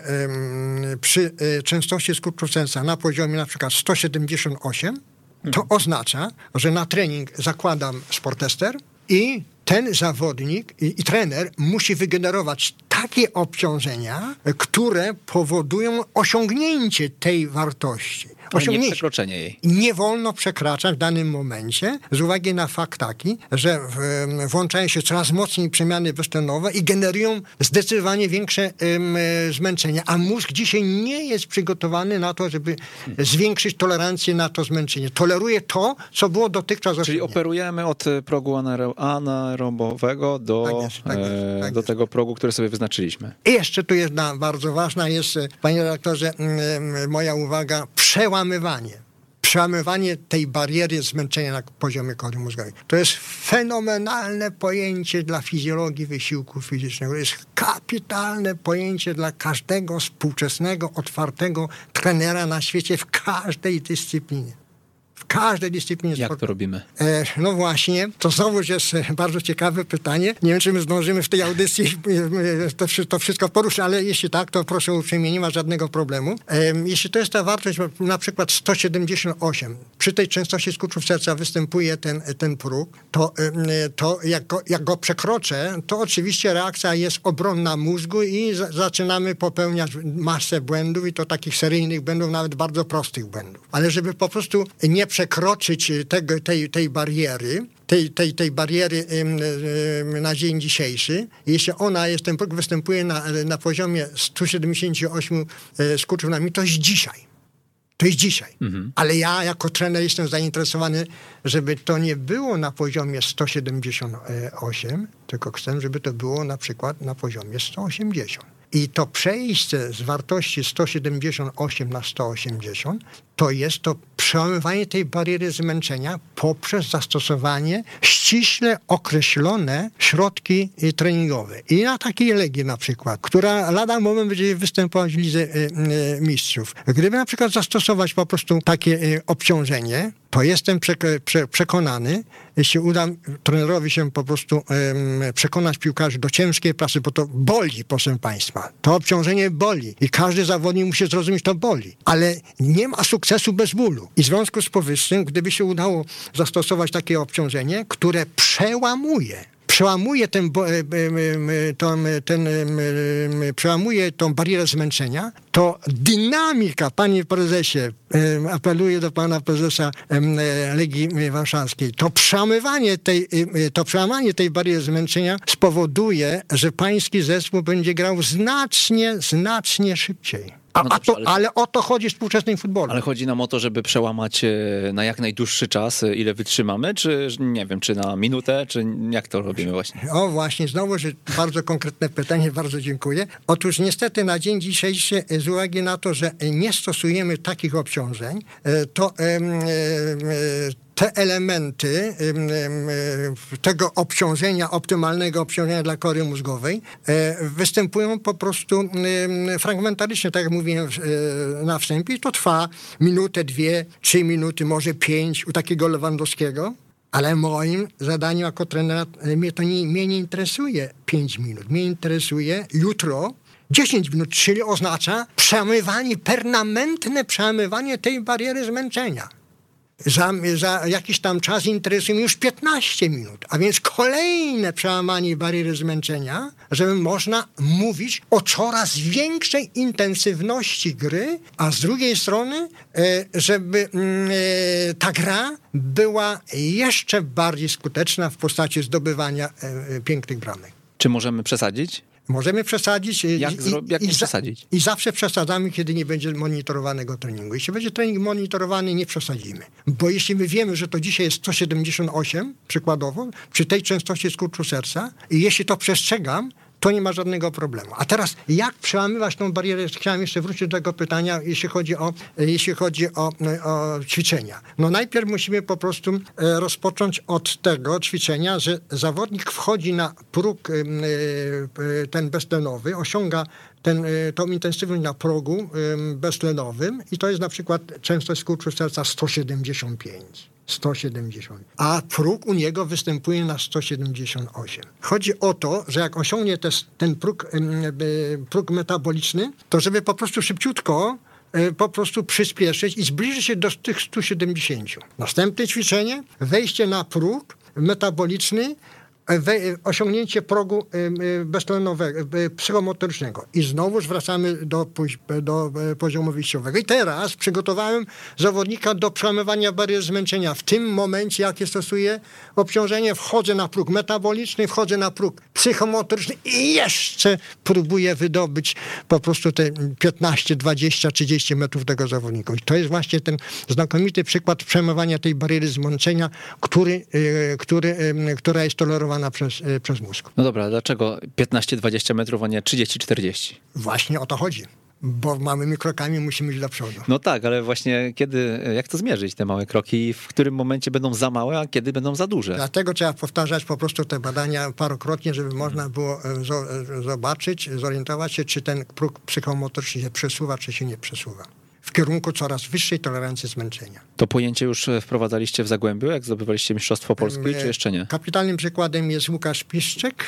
przy częstości skurczów serca na poziomie na przykład 178, to oznacza, że na trening zakładam sportester i ten zawodnik i trener musi wygenerować takie obciążenia, które powodują osiągnięcie tej wartości. Nie przekroczenie jej. Nie wolno przekraczać w danym momencie z uwagi na fakt taki, że włączają się coraz mocniej przemiany beztlenowe i generują zdecydowanie większe zmęczenie. A mózg dzisiaj nie jest przygotowany na to, żeby zwiększyć tolerancję na to zmęczenie. Toleruje to, co było dotychczas osiągnięte. Czyli operujemy od progu anaerobowego do tego progu, który sobie wyznaczyliśmy. I jeszcze tu jedna bardzo ważna jest, panie redaktorze, moja uwaga, przełamywanie tej bariery zmęczenia na poziomie kory mózgowej. To jest fenomenalne pojęcie dla fizjologii wysiłku fizycznego. To jest kapitalne pojęcie dla każdego współczesnego, otwartego trenera na świecie w każdej dyscyplinie. W każdej dyscyplinie Jak sportu. to robimy? No właśnie, to znowu jest bardzo ciekawe pytanie. Nie wiem, czy my zdążymy w tej audycji to wszystko poruszyć, ale jeśli tak, to proszę uprzejmie, nie ma żadnego problemu. Jeśli to jest ta wartość, na przykład 178, przy tej częstości skurczów serca występuje ten próg, to jak go przekroczę, to oczywiście reakcja jest obronna mózgu i zaczynamy popełniać masę błędów i to takich seryjnych błędów, nawet bardzo prostych błędów. Ale żeby po prostu nie przekroczyć tej bariery, tej bariery na dzień dzisiejszy, jeśli ona jest, ten próg występuje na poziomie 178 skurczów na minutę, to jest dzisiaj. To jest dzisiaj. Ale ja jako trener jestem zainteresowany, żeby to nie było na poziomie 178, tylko chcę, żeby to było na przykład na poziomie 180. I to przejście z wartości 178 na 180 to jest to przełamywanie tej bariery zmęczenia poprzez zastosowanie ściśle określone środki treningowe. I na takiej Legii na przykład, która lada moment będzie występować w Lidze Mistrzów. Gdyby na przykład zastosować po prostu takie obciążenie, to jestem przekonany, jeśli uda trenerowi się po prostu przekonać piłkarzy do ciężkiej pracy, bo to boli, proszę państwa. To obciążenie boli i każdy zawodnik musi zrozumieć, to boli. Ale nie ma sukcesu bez bólu. I w związku z powyższym, gdyby się udało zastosować takie obciążenie, które przełamuje przełamuje tą barierę zmęczenia, to dynamika, panie prezesie, apeluję do pana prezesa Legii Warszawskiej, to przełamanie tej bariery zmęczenia spowoduje, że pański zespół będzie grał znacznie szybciej. Ale o to chodzi w współczesnym futbolu. Ale chodzi nam o to, żeby przełamać na jak najdłuższy czas, ile wytrzymamy, czy nie wiem, czy na minutę, czy jak to robimy właśnie? O właśnie, znowu, że bardzo konkretne pytanie, bardzo dziękuję. Otóż niestety na dzień dzisiejszy, z uwagi na to, że nie stosujemy takich obciążeń, to te elementy tego obciążenia, optymalnego obciążenia dla kory mózgowej występują po prostu fragmentarycznie, tak jak mówiłem na wstępie. To trwa minutę, 2, 3 minuty, może 5 u takiego Lewandowskiego. Ale moim zadaniem jako trenera, mnie nie interesuje 5 minut. Mnie interesuje jutro 10 minut, czyli oznacza permanentne przełamywanie tej bariery zmęczenia. Za jakiś tam czas interesuje mnie już 15 minut, a więc kolejne przełamanie bariery zmęczenia, żeby można mówić o coraz większej intensywności gry, a z drugiej strony, żeby ta gra była jeszcze bardziej skuteczna w postaci zdobywania pięknych bramek. Czy możemy przesadzić? Możemy przesadzić. Jak nie przesadzić? I zawsze przesadzamy, kiedy nie będzie monitorowanego treningu. Jeśli będzie trening monitorowany, nie przesadzimy. Bo jeśli my wiemy, że to dzisiaj jest 178, przykładowo, przy tej częstości skurczu serca, i jeśli to przestrzegam, to nie ma żadnego problemu. A teraz, jak przełamywać tą barierę? Chciałem jeszcze wrócić do tego pytania, jeśli chodzi o ćwiczenia. No najpierw musimy po prostu rozpocząć od tego ćwiczenia, że zawodnik wchodzi na próg ten beztlenowy, osiąga tą intensywność na progu beztlenowym i to jest na przykład częstość skurczu serca 175. A próg u niego występuje na 178. Chodzi o to, że jak osiągnie ten próg metaboliczny, to żeby po prostu szybciutko po prostu przyspieszyć i zbliżyć się do tych 170. Następne ćwiczenie, wejście na próg metaboliczny osiągnięcie progu beztlenowego, psychomotorycznego. I znowu wracamy do poziomu wyjściowego. I teraz przygotowałem zawodnika do przełamywania bariery zmęczenia. W tym momencie, jakie stosuję obciążenie, wchodzę na próg metaboliczny, wchodzę na próg psychomotoryczny i jeszcze próbuję wydobyć po prostu te 15, 20, 30 metrów tego zawodnika. I to jest właśnie ten znakomity przykład przełamywania tej bariery zmęczenia, która jest tolerowana przez mózg. No dobra, dlaczego 15-20 metrów, a nie 30-40? Właśnie o to chodzi. Bo małymi krokami musimy iść do przodu. No tak, ale właśnie jak to zmierzyć, te małe kroki i w którym momencie będą za małe, a kiedy będą za duże? Dlatego trzeba powtarzać po prostu te badania parokrotnie, żeby można było zobaczyć, zorientować się, czy ten próg psychomotoryczny się przesuwa, czy się nie przesuwa. W kierunku coraz wyższej tolerancji zmęczenia. To pojęcie już wprowadzaliście w Zagłębiu, jak zdobywaliście Mistrzostwo Polskie, czy jeszcze nie? Kapitalnym przykładem jest Łukasz Piszczek.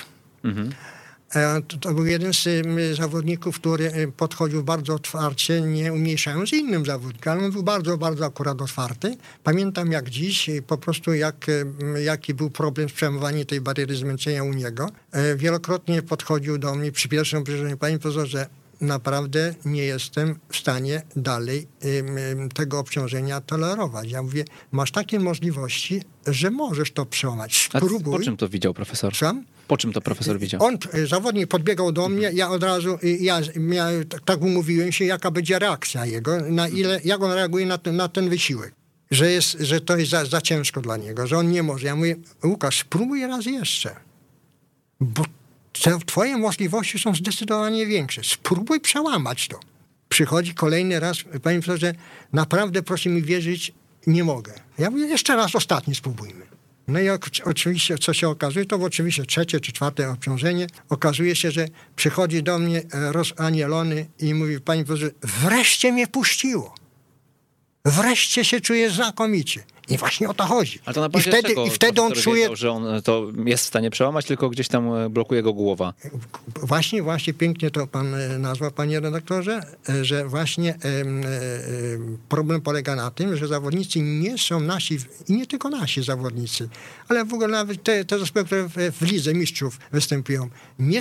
To był jeden z zawodników, który podchodził bardzo otwarcie, nie umniejszając innym zawodnikom, ale on był bardzo, bardzo akurat otwarty. Pamiętam jak dziś, po prostu jaki był problem z przełamywaniem tej bariery zmęczenia u niego. Wielokrotnie podchodził do mnie przy pierwszym obejrzeniu: panie profesorze, naprawdę nie jestem w stanie dalej tego obciążenia tolerować. Ja mówię, masz takie możliwości, że możesz to przełamać. Spróbuj. A po czym to widział profesor? Sam? Po czym to profesor widział? Zawodnik podbiegał do mnie, ja od razu, tak umówiłem się, jaka będzie reakcja jego, jak on reaguje na ten wysiłek. Że to jest za ciężko dla niego, że on nie może. Ja mówię, Łukasz, spróbuj raz jeszcze. Bo twoje możliwości są zdecydowanie większe. Spróbuj przełamać to. Przychodzi kolejny raz, panie profesorze, naprawdę proszę mi wierzyć, nie mogę. Ja mówię, jeszcze raz, ostatni spróbujmy. No i oczywiście, co się okazuje, to oczywiście trzecie czy czwarte obciążenie. Okazuje się, że przychodzi do mnie rozanielony i mówi, panie profesorze, wreszcie mnie puściło. Wreszcie się czuję znakomicie. I właśnie o to chodzi. Ale to na bazie czego I wtedy on czuje... wiedział, że on to jest w stanie przełamać, tylko gdzieś tam blokuje go głowa. Właśnie pięknie to pan nazwał, panie redaktorze, że właśnie problem polega na tym, że zawodnicy nie są nasi, i nie tylko nasi zawodnicy, ale w ogóle nawet te zespoły, które w Lidze Mistrzów występują, nie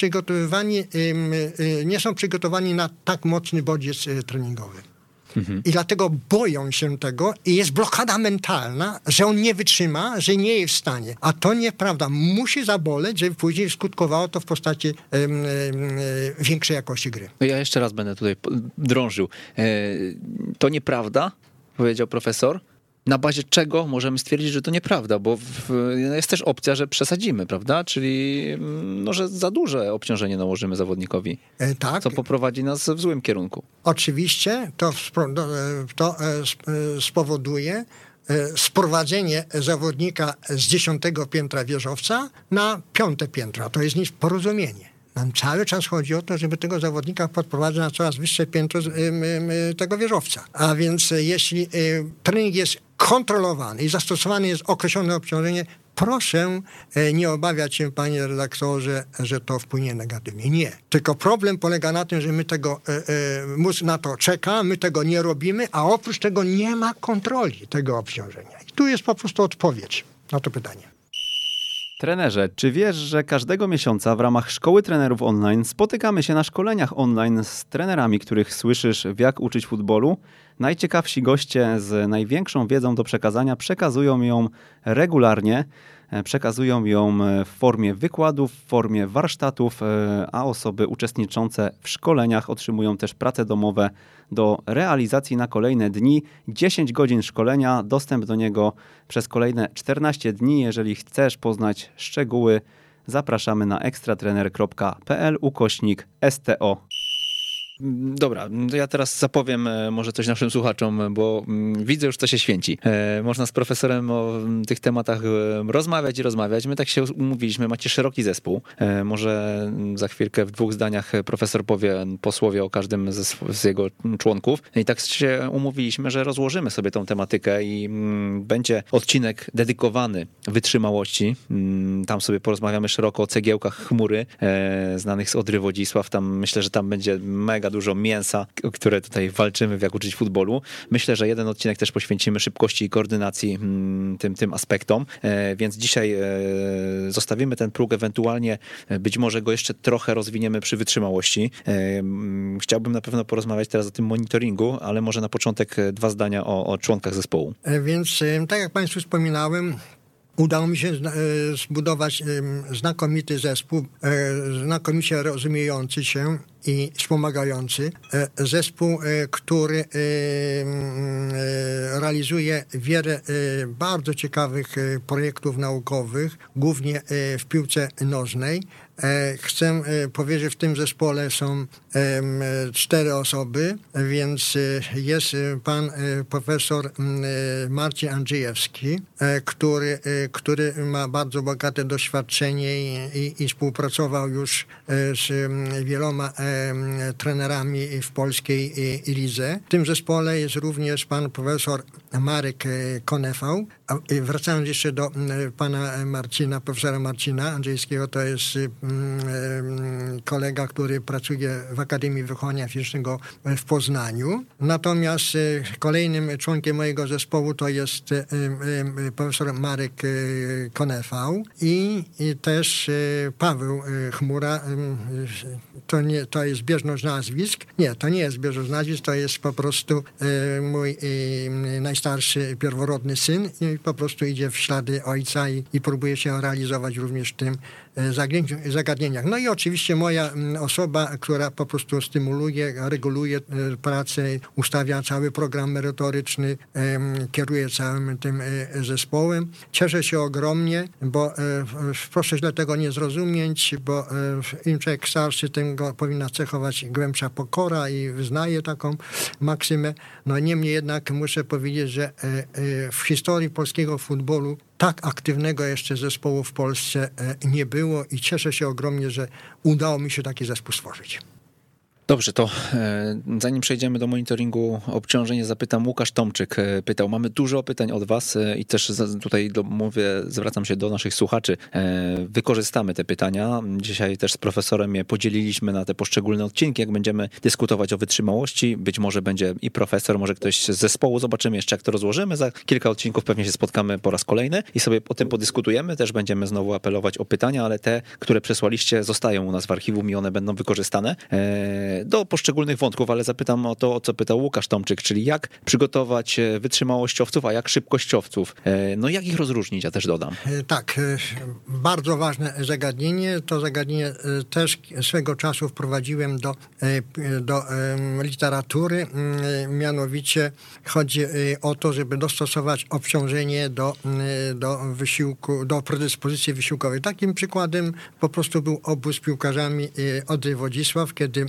są przygotowani na tak mocny bodziec treningowy. I dlatego boją się tego i jest blokada mentalna, że on nie wytrzyma, że nie jest w stanie. A to nieprawda. Musi zaboleć, żeby później skutkowało to w postaci większej jakości gry. No ja jeszcze raz będę tutaj drążył. To nieprawda, powiedział profesor. Na bazie czego możemy stwierdzić, że to nieprawda? Bo jest też opcja, że przesadzimy, prawda? Czyli że za duże obciążenie nałożymy zawodnikowi, tak. Co poprowadzi nas w złym kierunku. Oczywiście to spowoduje sprowadzenie zawodnika z 10. piętra wieżowca na 5. piętro. To jest porozumienie. Nam cały czas chodzi o to, żeby tego zawodnika podprowadzić na coraz wyższe piętro tego wieżowca. A więc jeśli trening jest kontrolowany i zastosowane jest określone obciążenie, proszę nie obawiać się, panie redaktorze, że to wpłynie negatywnie. Nie. Tylko problem polega na tym, że my mózg na to czeka, my tego nie robimy, a oprócz tego nie ma kontroli tego obciążenia. I tu jest po prostu odpowiedź na to pytanie. Trenerze, czy wiesz, że każdego miesiąca w ramach Szkoły Trenerów Online spotykamy się na szkoleniach online z trenerami, których słyszysz w Jak uczyć futbolu? Najciekawsi goście z największą wiedzą do przekazania przekazują ją regularnie, przekazują ją w formie wykładów, w formie warsztatów, a osoby uczestniczące w szkoleniach otrzymują też prace domowe do realizacji na kolejne dni. 10 godzin szkolenia, dostęp do niego przez kolejne 14 dni. Jeżeli chcesz poznać szczegóły, zapraszamy na ekstratrener.pl/STO. Dobra, to ja teraz zapowiem może coś naszym słuchaczom, bo widzę już, co się święci. Można z profesorem o tych tematach rozmawiać. My tak się umówiliśmy, macie szeroki zespół. Może za chwilkę w 2 zdaniach profesor powie posłowie o każdym z jego członków. I tak się umówiliśmy, że rozłożymy sobie tą tematykę i będzie odcinek dedykowany wytrzymałości. Tam sobie porozmawiamy szeroko o cegiełkach chmury, znanych z Odry Wodzisław. Myślę, że tam będzie mega mega dużo mięsa, o które tutaj walczymy w Jak uczyć futbolu. Myślę, że jeden odcinek też poświęcimy szybkości i koordynacji tym aspektom, więc dzisiaj zostawimy ten próg, ewentualnie być może go jeszcze trochę rozwiniemy przy wytrzymałości. Chciałbym na pewno porozmawiać teraz o tym monitoringu, ale może na początek 2 zdania o członkach zespołu. Więc tak jak Państwu wspominałem, udało mi się zbudować znakomity zespół, znakomicie rozumiejący się i wspomagający. Zespół, który realizuje wiele bardzo ciekawych projektów naukowych, głównie w piłce nożnej. Chcę powiedzieć, że w tym zespole są 4 osoby, więc jest pan profesor Marcin Andrzejewski, który ma bardzo bogate doświadczenie i współpracował już z wieloma trenerami w polskiej lidze. W tym zespole jest również pan profesor Marek Konefał. Wracając jeszcze do pana Marcina, profesora Marcina Andrzejewskiego, to jest kolega, który pracuje w Akademii Wychowania Fizycznego w Poznaniu. Natomiast kolejnym członkiem mojego zespołu to jest profesor Marek Konefał i też Paweł Chmura. To jest zbieżność nazwisk. Nie, to nie jest zbieżność nazwisk, to jest po prostu mój najstarszy, pierworodny syn i po prostu idzie w ślady ojca i próbuje się realizować również w tym zagadnieniach. No i oczywiście moja osoba, która po prostu stymuluje, reguluje pracę, ustawia cały program merytoryczny, kieruje całym tym zespołem. Cieszę się ogromnie, bo proszę źle tego nie zrozumieć, bo im człowiek starszy, tym go powinna cechować głębsza pokora i wyznaję taką maksymę. No niemniej jednak muszę powiedzieć, że w historii polskiego futbolu tak aktywnego jeszcze zespołu w Polsce nie było i cieszę się ogromnie, że udało mi się taki zespół stworzyć. Dobrze, to zanim przejdziemy do monitoringu obciążenia, zapytam. Łukasz Tomczyk pytał, mamy dużo pytań od was i też tutaj zwracam się do naszych słuchaczy. Wykorzystamy te pytania. Dzisiaj też z profesorem je podzieliliśmy na te poszczególne odcinki, jak będziemy dyskutować o wytrzymałości. Być może będzie i profesor, może ktoś z zespołu. Zobaczymy jeszcze, jak to rozłożymy. Za kilka odcinków pewnie się spotkamy po raz kolejny i sobie o tym podyskutujemy. Też będziemy znowu apelować o pytania, ale te, które przesłaliście, zostają u nas w archiwum i one będą wykorzystane do poszczególnych wątków, ale zapytam o to, o co pytał Łukasz Tomczyk, czyli jak przygotować wytrzymałościowców, a jak szybkościowców. No jak ich rozróżnić, ja też dodam. Tak, bardzo ważne zagadnienie. To zagadnienie też swego czasu wprowadziłem do literatury. Mianowicie chodzi o to, żeby dostosować obciążenie do wysiłku, do predyspozycji wysiłkowej. Takim przykładem po prostu był obóz z piłkarzami Odry Wodzisław, kiedy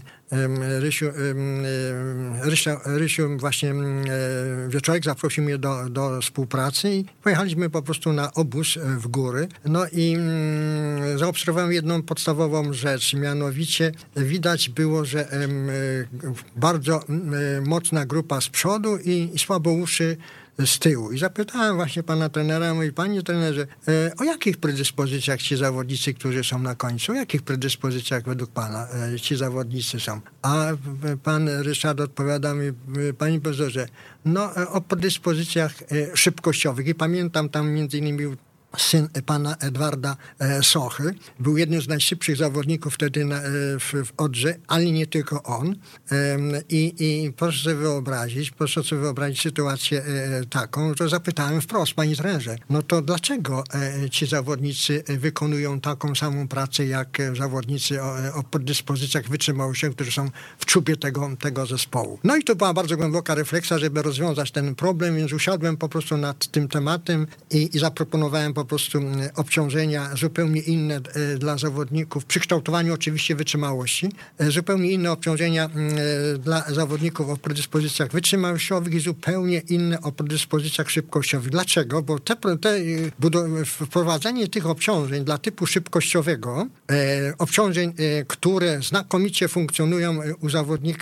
Rysiu właśnie Wieczorek zaprosił mnie do współpracy i pojechaliśmy po prostu na obóz w góry. No i zaobserwowałem jedną podstawową rzecz, mianowicie widać było, że bardzo mocna grupa z przodu i słabouszy z tyłu. I zapytałem właśnie pana trenera, mówi, panie trenerze, o jakich predyspozycjach ci zawodnicy, którzy są na końcu, o jakich predyspozycjach według pana ci zawodnicy są? A pan Ryszard odpowiada mi, panie profesorze, no o predyspozycjach szybkościowych. I pamiętam tam między innymi syn pana Edwarda Sochy. Był jednym z najszybszych zawodników wtedy w Odrze, ale nie tylko on. I proszę sobie wyobrazić sytuację taką, że zapytałem wprost, panie trenerze, no to dlaczego ci zawodnicy wykonują taką samą pracę jak zawodnicy o predyspozycjach wytrzymałościowych, którzy są w czubie tego zespołu. No i to była bardzo głęboka refleksja, żeby rozwiązać ten problem, więc usiadłem po prostu nad tym tematem i zaproponowałem po prostu obciążenia zupełnie inne dla zawodników, przy kształtowaniu oczywiście wytrzymałości, zupełnie inne obciążenia dla zawodników o predyspozycjach wytrzymałościowych i zupełnie inne o predyspozycjach szybkościowych. Dlaczego? Bo wprowadzenie tych obciążeń dla typu szybkościowego, obciążeń, które znakomicie funkcjonują u zawodnika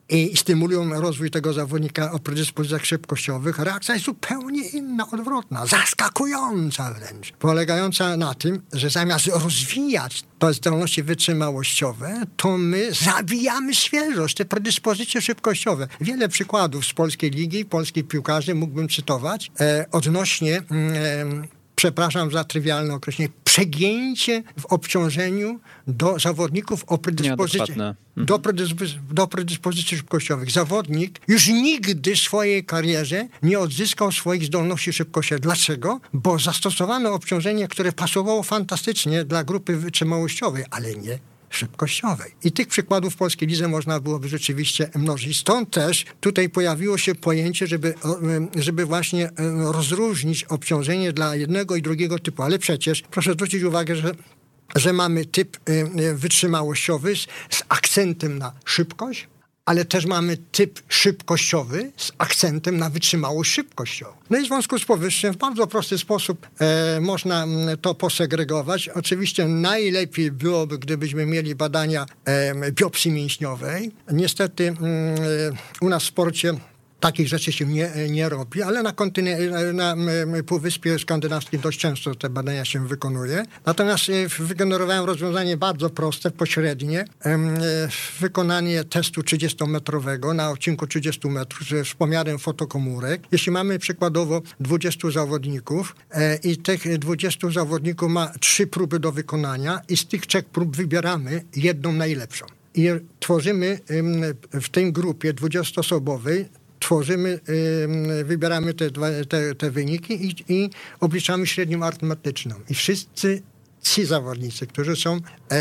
i stymulują rozwój tego zawodnika o predyspozycjach szybkościowych, reakcja jest zupełnie inna, odwrotna, zaskakująca wręcz, polegająca na tym, że zamiast rozwijać te zdolności wytrzymałościowe, to my zabijamy świeżość, te predyspozycje szybkościowe. Wiele przykładów z polskiej ligi, polskich piłkarzy mógłbym cytować odnośnie przepraszam za trywialne określenie, przegięcie w obciążeniu do zawodników o predyspozycji, do predyspozycji szybkościowych. Zawodnik już nigdy w swojej karierze nie odzyskał swoich zdolności szybkościowych. Dlaczego? Bo zastosowano obciążenie, które pasowało fantastycznie dla grupy wytrzymałościowej, ale nie szybkościowej. I tych przykładów w polskiej lidze można byłoby rzeczywiście mnożyć. Stąd też tutaj pojawiło się pojęcie, żeby właśnie rozróżnić obciążenie dla jednego i drugiego typu. Ale przecież proszę zwrócić uwagę, że mamy typ wytrzymałościowy z akcentem na szybkość, ale też mamy typ szybkościowy z akcentem na wytrzymałość szybkościową. No i w związku z powyższym w bardzo prosty sposób można to posegregować. Oczywiście najlepiej byłoby, gdybyśmy mieli badania biopsji mięśniowej. Niestety u nas w sporcie takich rzeczy się nie robi, ale na Półwyspie Skandynawskim dość często te badania się wykonuje. Natomiast wygenerowałem rozwiązanie bardzo proste, pośrednie. Wykonanie testu 30-metrowego na odcinku 30 metrów z pomiarem fotokomórek. Jeśli mamy przykładowo 20 zawodników i tych 20 zawodników ma 3 próby do wykonania i z tych 3 prób wybieramy jedną najlepszą. I tworzymy w tej grupie 20-osobowej wybieramy te wyniki i obliczamy średnią arytmetyczną. I wszyscy ci zawodnicy, którzy są,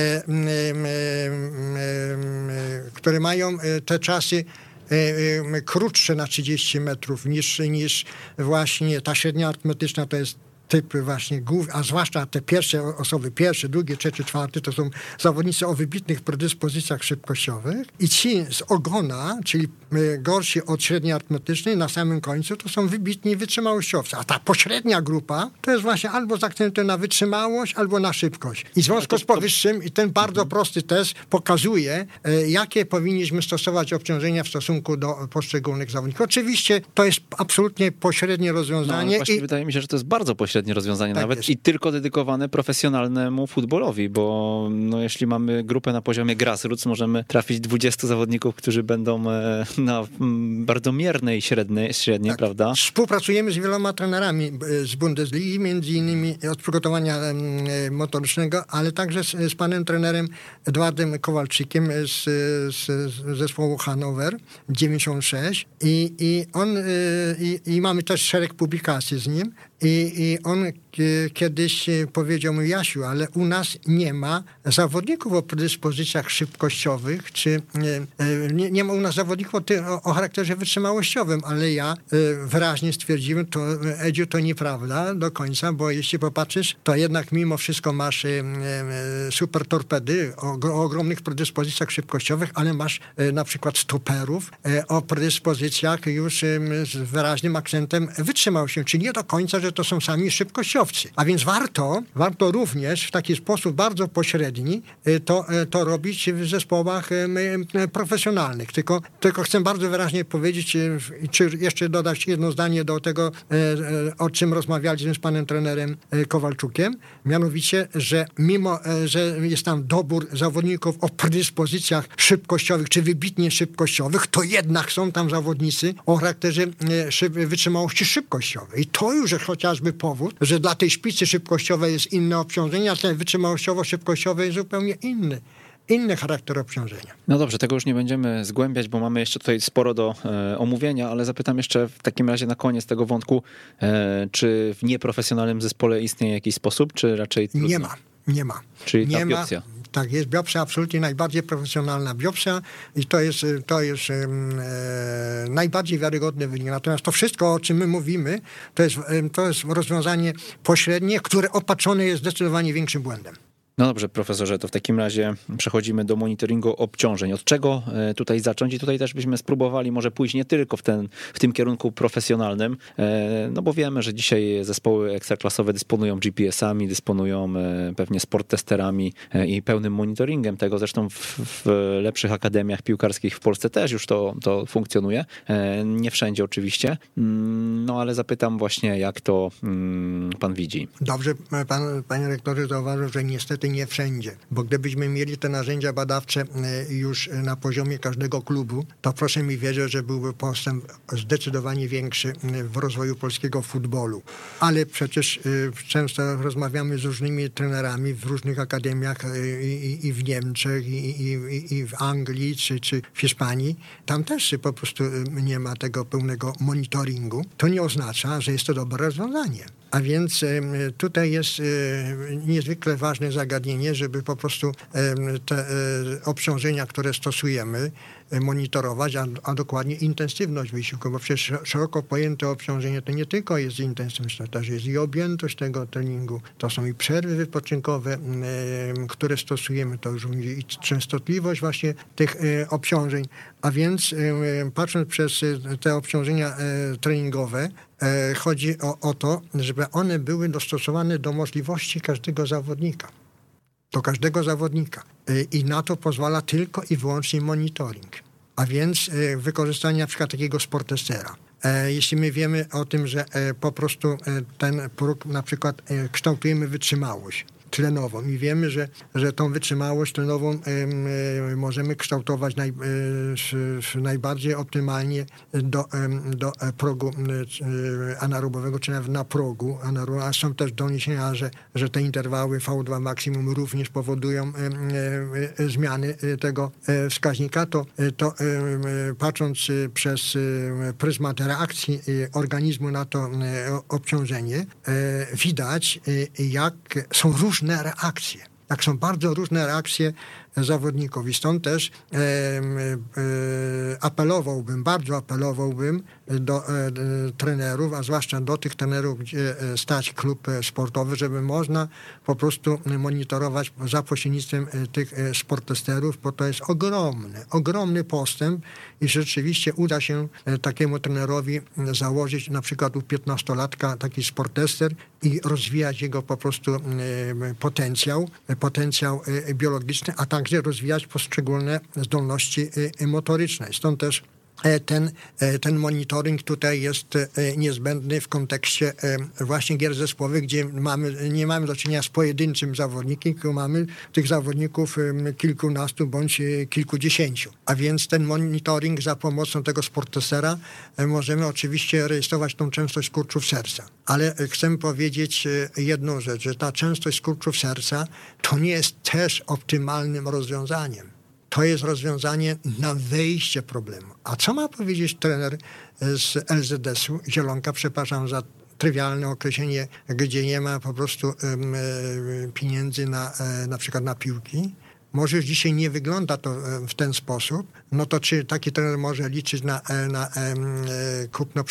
które mają te czasy krótsze na 30 metrów niż właśnie ta średnia arytmetyczna, to jest typy właśnie, a zwłaszcza te pierwsze osoby, pierwszy, drugi, trzeci, czwarty, to są zawodnicy o wybitnych predyspozycjach szybkościowych i ci z ogona, czyli gorsi od średniej arytmetycznej na samym końcu, to są wybitni wytrzymałościowcy. A ta pośrednia grupa to jest właśnie albo z akcentem na wytrzymałość, albo na szybkość. I w związku z powyższym i ten bardzo prosty test pokazuje, jakie powinniśmy stosować obciążenia w stosunku do poszczególnych zawodników. Oczywiście to jest absolutnie pośrednie rozwiązanie. No, właśnie wydaje mi się, że to jest bardzo pośrednie rozwiązanie, tak nawet jest. I tylko dedykowane profesjonalnemu futbolowi, bo jeśli mamy grupę na poziomie grassroots, możemy trafić 20 zawodników, którzy będą na bardzo miernej średniej, tak. Prawda? Współpracujemy z wieloma trenerami z Bundesligi, między innymi od przygotowania motorycznego, ale także z panem trenerem Edwardem Kowalczykiem z zespołu Hannover 96 i mamy też szereg publikacji z nim. I on kiedyś powiedział mi: Jasiu, ale u nas nie ma zawodników o predyspozycjach szybkościowych, czy nie ma u nas zawodników o charakterze wytrzymałościowym, ale ja wyraźnie stwierdziłem, Edziu, to nieprawda do końca, bo jeśli popatrzysz, to jednak mimo wszystko masz super torpedy o ogromnych predyspozycjach szybkościowych, ale masz na przykład stoperów o predyspozycjach już z wyraźnym akcentem wytrzymałościowym, czyli nie do końca, że to są sami szybkościowcy. A więc warto również w taki sposób bardzo pośredni to robić w zespołach profesjonalnych. Tylko chcę bardzo wyraźnie powiedzieć, czy jeszcze dodać jedno zdanie do tego, o czym rozmawialiśmy z panem trenerem Kowalczukiem, mianowicie, że mimo, że jest tam dobór zawodników o predyspozycjach szybkościowych, czy wybitnie szybkościowych, to jednak są tam zawodnicy o charakterze wytrzymałości szybkościowej. I to już chociażby powód, że dla tej szpicy szybkościowej jest inne obciążenie, a dla wytrzymałościowo-szybkościowej jest zupełnie inny charakter obciążenia. No dobrze, tego już nie będziemy zgłębiać, bo mamy jeszcze tutaj sporo do omówienia, ale zapytam jeszcze w takim razie na koniec tego wątku, czy w nieprofesjonalnym zespole istnieje jakiś sposób, czy raczej trudno? Nie ma. Czyli ta biopsja. Tak jest, biopsja absolutnie najbardziej profesjonalna biopsja i to jest najbardziej wiarygodny wynik. Natomiast to wszystko, o czym my mówimy, to jest rozwiązanie pośrednie, które opatrzone jest zdecydowanie większym błędem. No dobrze, profesorze, to w takim razie przechodzimy do monitoringu obciążeń. Od czego tutaj zacząć? I tutaj też byśmy spróbowali może pójść nie tylko w tym kierunku profesjonalnym, no bo wiemy, że dzisiaj zespoły ekstraklasowe dysponują GPS-ami, dysponują pewnie sporttesterami i pełnym monitoringiem tego. Zresztą w lepszych akademiach piłkarskich w Polsce też już to funkcjonuje. Nie wszędzie oczywiście, no ale zapytam właśnie, jak to pan widzi. Dobrze, panie rektorze zauważył, że niestety nie wszędzie, bo gdybyśmy mieli te narzędzia badawcze już na poziomie każdego klubu, to proszę mi wierzyć, że byłby postęp zdecydowanie większy w rozwoju polskiego futbolu. Ale przecież często rozmawiamy z różnymi trenerami w różnych akademiach i w Niemczech, i w Anglii, czy w Hiszpanii. Tam też po prostu nie ma tego pełnego monitoringu. To nie oznacza, że jest to dobre rozwiązanie. A więc tutaj jest niezwykle ważne zagadnienie, żeby po prostu te obciążenia, które stosujemy, monitorować, a dokładnie intensywność wysiłku, bo przecież szeroko pojęte obciążenie to nie tylko jest intensywność, to też jest i objętość tego treningu, to są i przerwy wypoczynkowe, które stosujemy, to już i częstotliwość właśnie tych obciążeń, a więc patrząc przez te obciążenia treningowe, chodzi o to, żeby one były dostosowane do możliwości każdego zawodnika. Do każdego zawodnika. I na to pozwala tylko i wyłącznie monitoring. A więc wykorzystanie na przykład takiego sportestera. Jeśli my wiemy o tym, że po prostu ten próg na przykład kształtujemy wytrzymałość tlenową i wiemy, że tą wytrzymałość tlenową możemy kształtować najbardziej optymalnie do progu anaerobowego, czy nawet na progu anaerobowego, a są też doniesienia, że te interwały V2 maksimum również powodują zmiany tego wskaźnika, to patrząc przez pryzmat reakcji organizmu na to obciążenie, widać, jak są różne reakcje. Jak są bardzo różne reakcje zawodników. I stąd też bardzo apelowałbym do trenerów, a zwłaszcza do tych trenerów, gdzie stać klub sportowy, żeby można po prostu monitorować za pośrednictwem tych sporttesterów, bo to jest ogromny postęp i rzeczywiście uda się takiemu trenerowi założyć na przykład u 15-latka taki sporttester i rozwijać jego po prostu potencjał biologiczny, a także rozwijać poszczególne zdolności motoryczne. Stąd też ten monitoring tutaj jest niezbędny w kontekście właśnie gier zespołowych, gdzie nie mamy do czynienia z pojedynczym zawodnikiem, tylko mamy tych zawodników kilkunastu bądź kilkudziesięciu. A więc ten monitoring za pomocą tego sportestera możemy oczywiście rejestrować tą częstość skurczów serca. Ale chcę powiedzieć jedną rzecz, że ta częstość skurczów serca to nie jest też optymalnym rozwiązaniem. To jest rozwiązanie na wyjście problemu. A co ma powiedzieć trener z LZS-u Zielonka, przepraszam za trywialne określenie, gdzie nie ma po prostu pieniędzy na przykład na piłki? Może już dzisiaj nie wygląda to w ten sposób, no to czy taki trener może liczyć na kupno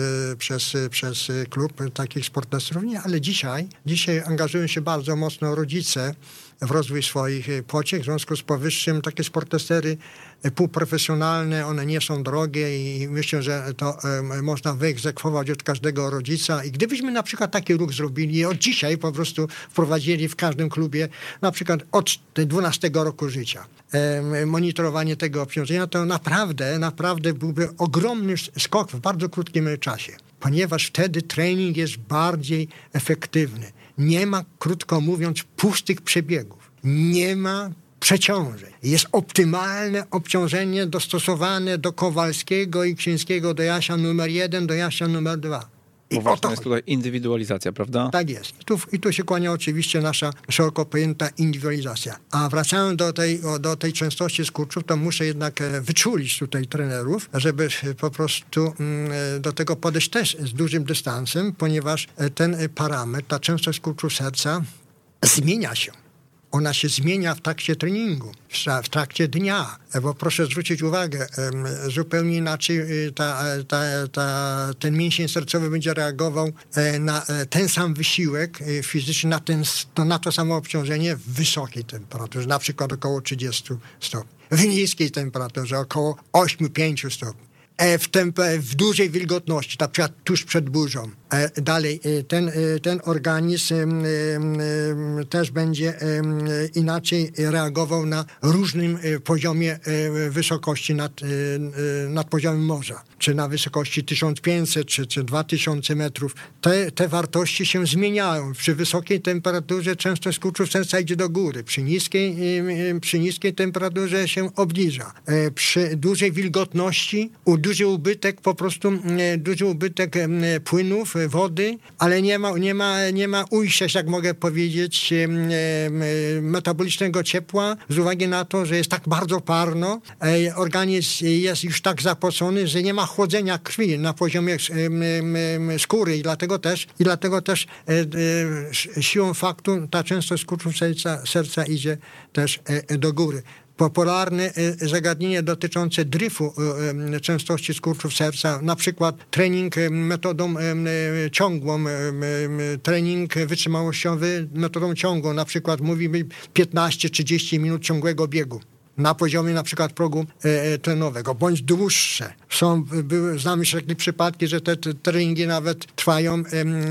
przez klub takich sportowców? Nie, ale dzisiaj angażują się bardzo mocno rodzice w rozwój swoich pociech. W związku z powyższym takie sportestery półprofesjonalne, one nie są drogie i myślę, że to można wyegzekwować od każdego rodzica. I gdybyśmy na przykład taki ruch zrobili i od dzisiaj po prostu wprowadzili w każdym klubie, na przykład od 12 roku życia, monitorowanie tego obciążenia, to naprawdę byłby ogromny skok w bardzo krótkim czasie. Ponieważ wtedy trening jest bardziej efektywny. Nie ma, krótko mówiąc, pustych przebiegów. Nie ma przeciążeń. Jest optymalne obciążenie dostosowane do Kowalskiego i Ksińskiego, do Jasia numer 1, do Jasia numer 2. Bo ważna jest tutaj indywidualizacja, prawda? Tak jest. I tu się kłania oczywiście nasza szeroko pojęta indywidualizacja. A wracając do tej częstości skurczów, to muszę jednak wyczulić tutaj trenerów, żeby po prostu do tego podejść też z dużym dystansem, ponieważ ten parametr, ta częstość skurczów serca zmienia się. ona się zmienia w trakcie treningu, w trakcie dnia, bo proszę zwrócić uwagę, zupełnie inaczej ten mięsień sercowy będzie reagował na ten sam wysiłek fizyczny, na to samo obciążenie w wysokiej temperaturze, na przykład około 30 stopni, w niskiej temperaturze około 8-5 stopni. W dużej wilgotności, na przykład tuż przed burzą. Dalej, ten organizm też będzie inaczej reagował na różnym poziomie wysokości nad poziomem morza, czy na wysokości 1500 czy 2000 metrów. Te wartości się zmieniają. Przy wysokiej temperaturze często skurczów serca idzie do góry, przy niskiej temperaturze się obniża. Przy dużej wilgotności duży ubytek płynów, wody, ale nie ma ujścia, jak mogę powiedzieć, metabolicznego ciepła z uwagi na to, że jest tak bardzo parno, organizm jest już tak zapocony, że nie ma chłodzenia krwi na poziomie skóry i dlatego też siłą faktu ta częstość skurczów serca idzie też do góry. Popularne zagadnienie dotyczące dryfu częstości skurczów serca, na przykład trening metodą ciągłą, trening wytrzymałościowy metodą ciągłą, na przykład mówimy 15-30 minut ciągłego biegu na poziomie na przykład progu tlenowego, bądź dłuższe. Znamy takie przypadki, że te treningi nawet trwają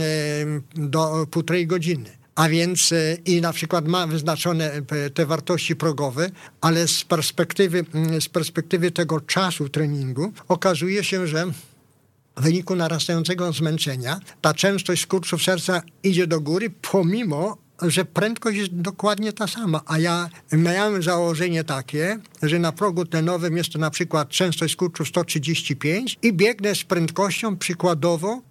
do 1,5 godziny. A więc i na przykład ma wyznaczone te wartości progowe, ale z perspektywy tego czasu treningu okazuje się, że w wyniku narastającego zmęczenia ta częstość skurczów serca idzie do góry, pomimo że prędkość jest dokładnie ta sama. A ja miałem założenie takie, że na progu tlenowym jest to na przykład częstość skurczów 135 i biegnę z prędkością przykładowo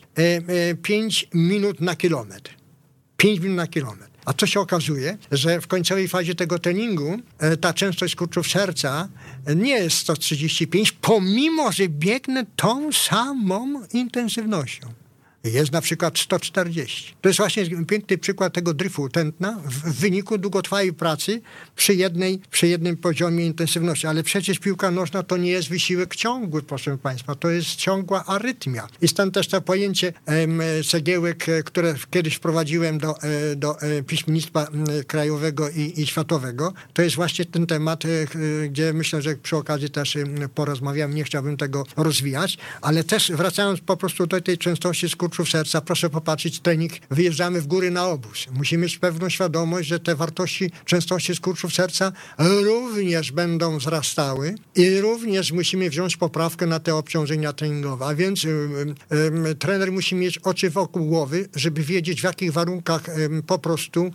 5 minut na kilometr. 5 minut na kilometr. A co się okazuje, że w końcowej fazie tego treningu ta częstość skurczów serca nie jest 135, pomimo że biegnę tą samą intensywnością. Jest na przykład 140. To jest właśnie piękny przykład tego dryfu tętna w wyniku długotrwałej pracy przy jednym poziomie intensywności. Ale przecież piłka nożna to nie jest wysiłek ciągły, proszę Państwa. To jest ciągła arytmia. I stąd też to pojęcie cegiełek, które kiedyś wprowadziłem do piśmiennictwa krajowego i światowego. To jest właśnie ten temat, gdzie myślę, że przy okazji też porozmawiam. Nie chciałbym tego rozwijać, ale też wracając po prostu do tej częstości skurczów serca, proszę popatrzeć, trening, wyjeżdżamy w góry na obóz. Musimy mieć pewną świadomość, że te wartości częstości skurczów serca również będą wzrastały i również musimy wziąć poprawkę na te obciążenia treningowe. A więc trener musi mieć oczy wokół głowy, żeby wiedzieć, w jakich warunkach po prostu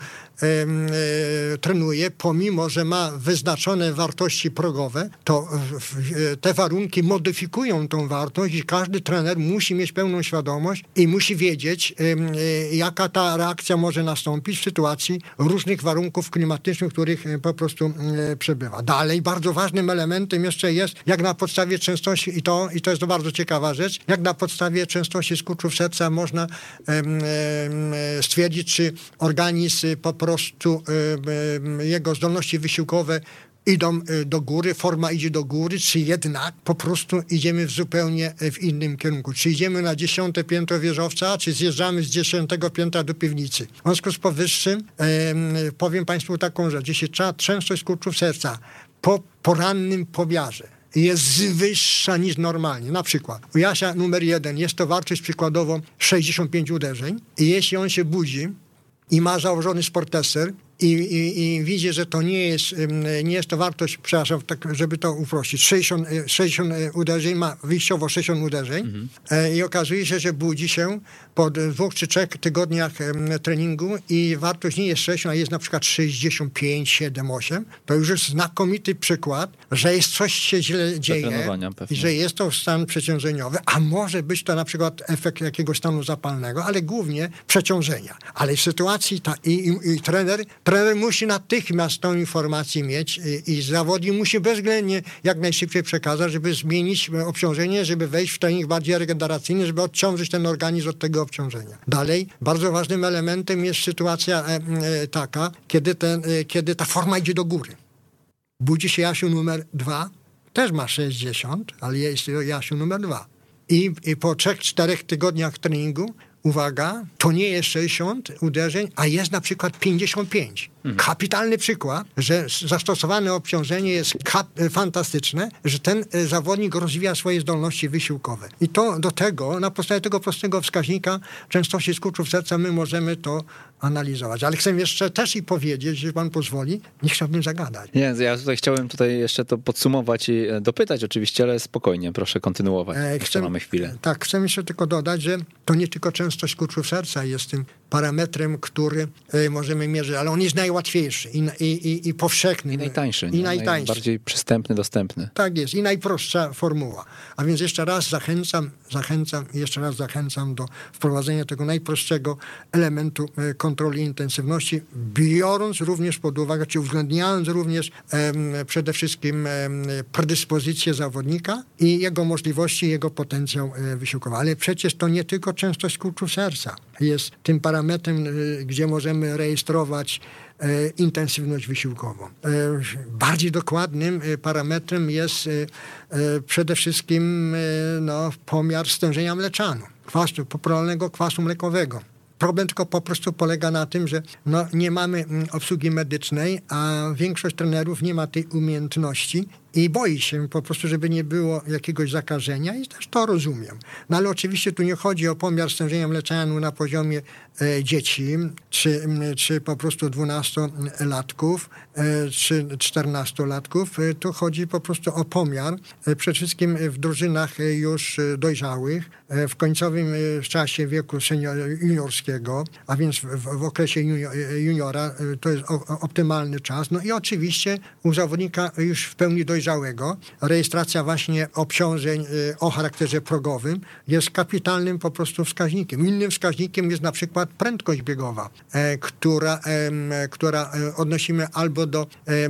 trenuje, pomimo że ma wyznaczone wartości progowe, to te warunki modyfikują tą wartość i każdy trener musi mieć pełną świadomość i musi wiedzieć, jaka ta reakcja może nastąpić w sytuacji różnych warunków klimatycznych, w których po prostu przebywa. Dalej, bardzo ważnym elementem jeszcze jest, jak na podstawie częstości, i to jest bardzo ciekawa rzecz, jak na podstawie częstości skurczów serca można stwierdzić, czy organizm po prostu, jego zdolności wysiłkowe idą do góry, forma idzie do góry, czy jednak po prostu idziemy zupełnie w innym kierunku. Czy idziemy na 10. piętro wieżowca, czy zjeżdżamy z 10. piętra do piwnicy. W związku z powyższym powiem Państwu taką rzecz. Jeśli częstość skurczów serca po porannym pomiarze jest wyższa niż normalnie. Na przykład u Jasia numer 1 jest to wartość przykładowo 65 uderzeń i jeśli on się budzi i ma założony sportteser i widzi, że to nie jest to wartość, przepraszam, tak, żeby to uprościć, 60 uderzeń, ma wyjściowo 60 uderzeń i okazuje się, że budzi się po 2 czy 3 tygodniach treningu i wartość nie jest 60, a jest na przykład 65, 7, 8, to już jest znakomity przykład, że jest coś się źle dzieje i że jest to stan przeciążeniowy, a może być to na przykład efekt jakiegoś stanu zapalnego, ale głównie przeciążenia. Ale w sytuacji i trener trener musi natychmiast tą informację mieć i zawodnik musi bezwzględnie jak najszybciej przekazać, żeby zmienić obciążenie, żeby wejść w trening bardziej regeneracyjny, żeby odciążyć ten organizm od tego obciążenia. Dalej, bardzo ważnym elementem jest sytuacja taka, kiedy ta forma idzie do góry. Budzi się Jasiu numer 2, też ma 60, ale jest Jasiu numer 2. I po 3-4 tygodniach treningu, uwaga, to nie jest 60 uderzeń, a jest na przykład 55. Kapitalny przykład, że zastosowane obciążenie jest fantastyczne, że ten zawodnik rozwija swoje zdolności wysiłkowe. I to do tego, na podstawie tego prostego wskaźnika częstości skurczów serca my możemy to analizować. Ale chcę jeszcze też i powiedzieć, że pan pozwoli, nie chciałbym zagadać. Nie, ja chciałem jeszcze to podsumować i dopytać oczywiście, ale spokojnie, proszę kontynuować. Jeszcze mamy chwilę. Tak, chcę jeszcze tylko dodać, że to nie tylko częstość skurczów serca jest tym parametrem, który możemy mierzyć, ale on jest najłatwiejszy i powszechny. I najtańszy. I najtańszy. Najbardziej przystępny, dostępny. Tak jest. I najprostsza formuła. A więc jeszcze raz zachęcam do wprowadzenia tego najprostszego elementu kontroli intensywności, biorąc również pod uwagę, czy uwzględniając również przede wszystkim predyspozycje zawodnika i jego możliwości, jego potencjał wysiłkowy. Ale przecież to nie tylko częstość skurczów serca jest tym parametrem, gdzie możemy rejestrować intensywność wysiłkową. Bardziej dokładnym parametrem jest przede wszystkim pomiar stężenia mleczanu, popularnego kwasu mlekowego. Problem tylko po prostu polega na tym, że nie mamy obsługi medycznej, a większość trenerów nie ma tej umiejętności i boi się po prostu, żeby nie było jakiegoś zakażenia i też to rozumiem. No ale oczywiście tu nie chodzi o pomiar stężenia mleczanu na poziomie dzieci, czy po prostu 12-latków, czy 14-latków. Tu chodzi po prostu o pomiar, przede wszystkim w drużynach już dojrzałych, w końcowym czasie wieku juniorskiego, a więc w okresie juniora to jest optymalny czas. No i oczywiście u zawodnika już w pełni dojrzałego rejestracja właśnie obciążeń o charakterze progowym jest kapitalnym po prostu wskaźnikiem. Innym wskaźnikiem jest na przykład prędkość biegowa, która odnosimy albo do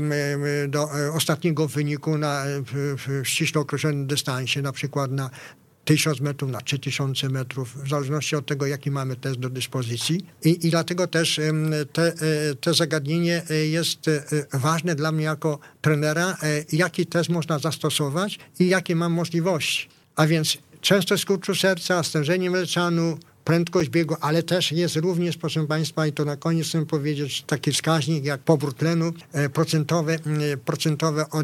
ostatniego wyniku w ściśle określonym dystansie, na przykład na 1000 metrów, na 3000 metrów, w zależności od tego, jaki mamy test do dyspozycji. I dlatego też te zagadnienie jest ważne dla mnie jako trenera, jaki test można zastosować i jakie mam możliwości. A więc częstość skurczu serca, stężenie mleczanu, prędkość biegu, ale też jest również, proszę Państwa, i to na koniec chcę powiedzieć, taki wskaźnik jak pobór tlenu, procentowe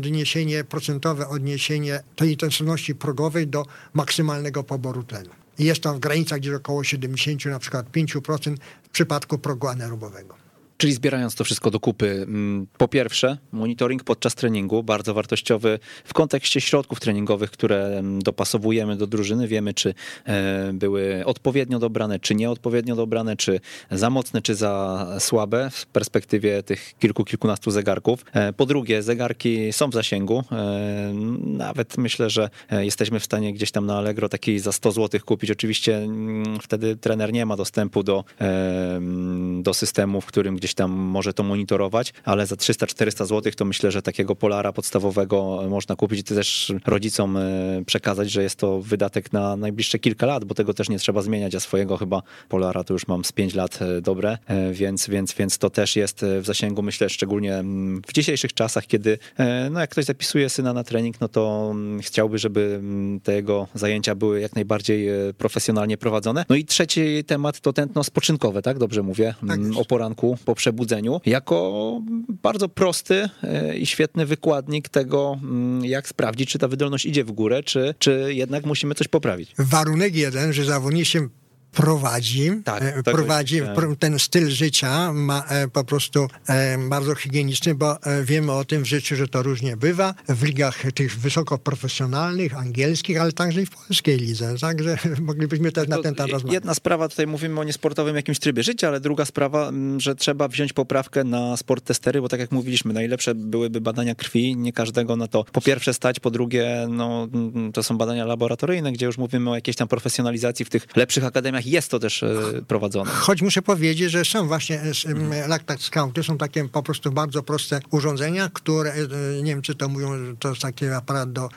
odniesienie tej intensywności progowej do maksymalnego poboru tlenu. I jest to w granicach gdzieś około 70, na przykład 5% w przypadku progu anaerobowego. Czyli zbierając to wszystko do kupy, po pierwsze monitoring podczas treningu, bardzo wartościowy w kontekście środków treningowych, które dopasowujemy do drużyny. Wiemy, czy były odpowiednio dobrane, czy nieodpowiednio dobrane, czy za mocne, czy za słabe w perspektywie tych kilkunastu zegarków. Po drugie, zegarki są w zasięgu. Nawet myślę, że jesteśmy w stanie gdzieś tam na Allegro taki za 100 zł kupić. Oczywiście wtedy trener nie ma dostępu do systemu, w którym gdzieś tam może to monitorować, ale za 300-400 zł to myślę, że takiego Polara podstawowego można kupić i też rodzicom przekazać, że jest to wydatek na najbliższe kilka lat, bo tego też nie trzeba zmieniać, a swojego chyba Polara to już mam z 5 lat dobre, więc to też jest w zasięgu, myślę, szczególnie w dzisiejszych czasach, kiedy jak ktoś zapisuje syna na trening, no to chciałby, żeby te jego zajęcia były jak najbardziej profesjonalnie prowadzone. No i trzeci temat to tętno spoczynkowe, tak? Dobrze mówię? Tak. O poranku, po przebudzeniu, jako bardzo prosty i świetny wykładnik tego, jak sprawdzić, czy ta wydolność idzie w górę, czy jednak musimy coś poprawić. Warunek jeden, że zawodnik się prowadzi ten styl życia ma po prostu bardzo higieniczny, bo wiemy o tym w życiu, że to różnie bywa w ligach tych wysokoprofesjonalnych, angielskich, ale także i w polskiej lidze. Także moglibyśmy też na ten temat rozmawiać. Jedna sprawa, tutaj mówimy o niesportowym jakimś trybie życia, ale druga sprawa, że trzeba wziąć poprawkę na sport testery, bo tak jak mówiliśmy, najlepsze byłyby badania krwi, nie każdego na to po pierwsze stać, po drugie to są badania laboratoryjne, gdzie już mówimy o jakiejś tam profesjonalizacji w tych lepszych akademiach siłowniach jest to też prowadzone. Choć muszę powiedzieć, że są właśnie Lactate Scouty, są takie po prostu bardzo proste urządzenia, które, nie wiem czy to mówią, to jest taki aparat do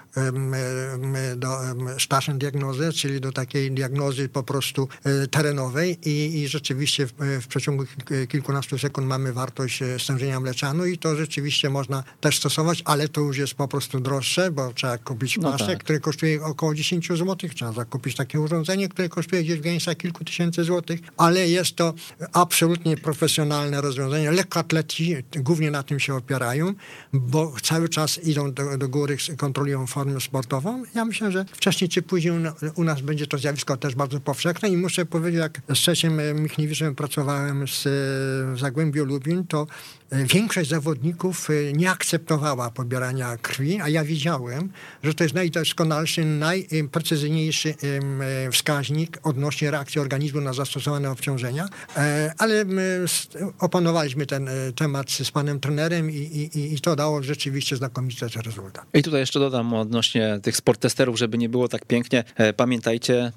Diagnozy, czyli do takiej diagnozy po prostu terenowej i rzeczywiście w przeciągu kilkunastu sekund mamy wartość stężenia mleczanu i to rzeczywiście można też stosować, ale to już jest po prostu droższe, bo trzeba kupić pasek, który kosztuje około 10 zł, trzeba zakupić takie urządzenie, które kosztuje gdzieś w granicach kilku tysięcy złotych, ale jest to absolutnie profesjonalne rozwiązanie. Lekkoatleci głównie na tym się opierają, bo cały czas idą do góry, kontrolują formę sportową. Ja myślę, że wcześniej czy później u nas będzie to zjawisko też bardzo powszechne i muszę powiedzieć, jak z Czesiem Michniewiczem pracowałem w Zagłębiu Lubin, to większość zawodników nie akceptowała pobierania krwi, a ja wiedziałem, że to jest najdoskonalszy, najprecyzyjniejszy wskaźnik odnośnie reakcji organizmu na zastosowane obciążenia, ale my opanowaliśmy ten temat z panem trenerem i to dało rzeczywiście znakomity rezultat. I tutaj jeszcze dodam odnośnie tych sporttesterów, żeby nie było tak pięknie. Pamiętajcie,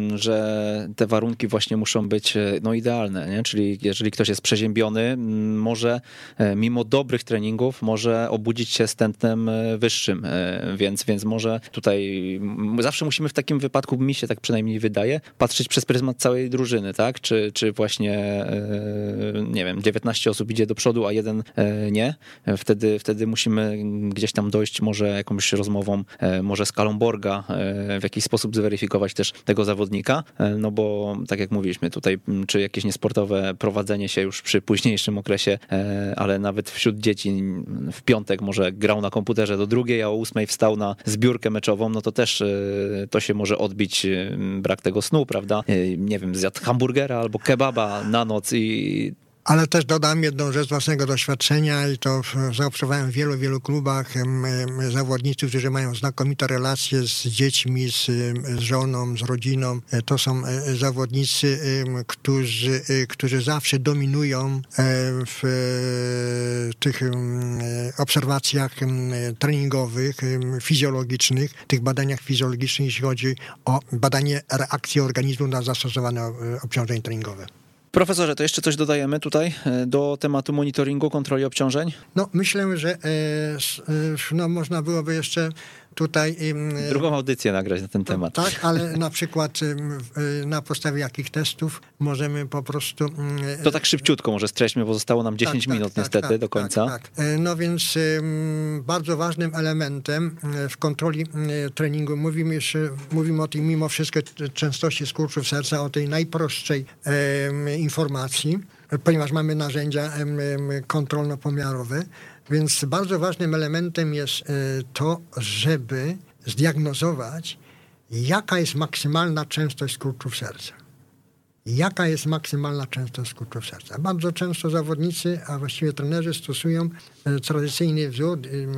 że te warunki właśnie muszą być idealne, nie? Czyli jeżeli ktoś jest przeziębiony, może mimo dobrych treningów może obudzić się z tętnem wyższym, więc może tutaj zawsze musimy w takim wypadku, mi się tak przynajmniej wydaje, patrzeć przez pryzmat całej drużyny, tak? Czy właśnie, nie wiem, 19 osób idzie do przodu, a jeden nie. Wtedy musimy gdzieś tam dojść może jakąś rozmową, może skalą Borga, w jakiś sposób zweryfikować też tego zawodnika, no bo tak jak mówiliśmy tutaj, czy jakieś niesportowe prowadzenie się już przy późniejszym okresie, ale nawet wśród dzieci w piątek może grał na komputerze do 2:00, a o 8:00 wstał na zbiórkę meczową, no to też to się może odbić brak tego snu, prawda? Nie wiem, zjadł hamburgera albo kebaba na noc i... Ale też dodam jedną rzecz z własnego doświadczenia i to zaobserwowałem w wielu klubach zawodników, którzy mają znakomite relacje z dziećmi, z żoną, z rodziną. To są zawodnicy, którzy zawsze dominują w tych obserwacjach treningowych, fizjologicznych, tych badaniach fizjologicznych, jeśli chodzi o badanie reakcji organizmu na zastosowane obciążenia treningowe. Profesorze, to jeszcze coś dodajemy tutaj do tematu monitoringu, kontroli obciążeń? No, myślę, że można byłoby jeszcze tutaj... Drugą audycję nagrać na ten temat. Tak, ale na przykład na podstawie jakich testów możemy po prostu... To tak szybciutko może streśćmy, bo zostało nam 10 minut niestety do końca. Tak. No więc bardzo ważnym elementem w kontroli treningu, mówimy o tej mimo wszystko częstości skurczów serca, o tej najprostszej informacji, ponieważ mamy narzędzia kontrolno-pomiarowe, więc bardzo ważnym elementem jest to, żeby zdiagnozować, jaka jest maksymalna częstość skurczów serca. Jaka jest maksymalna częstość skurczów serca? Bardzo często zawodnicy, a właściwie trenerzy stosują tradycyjny wzór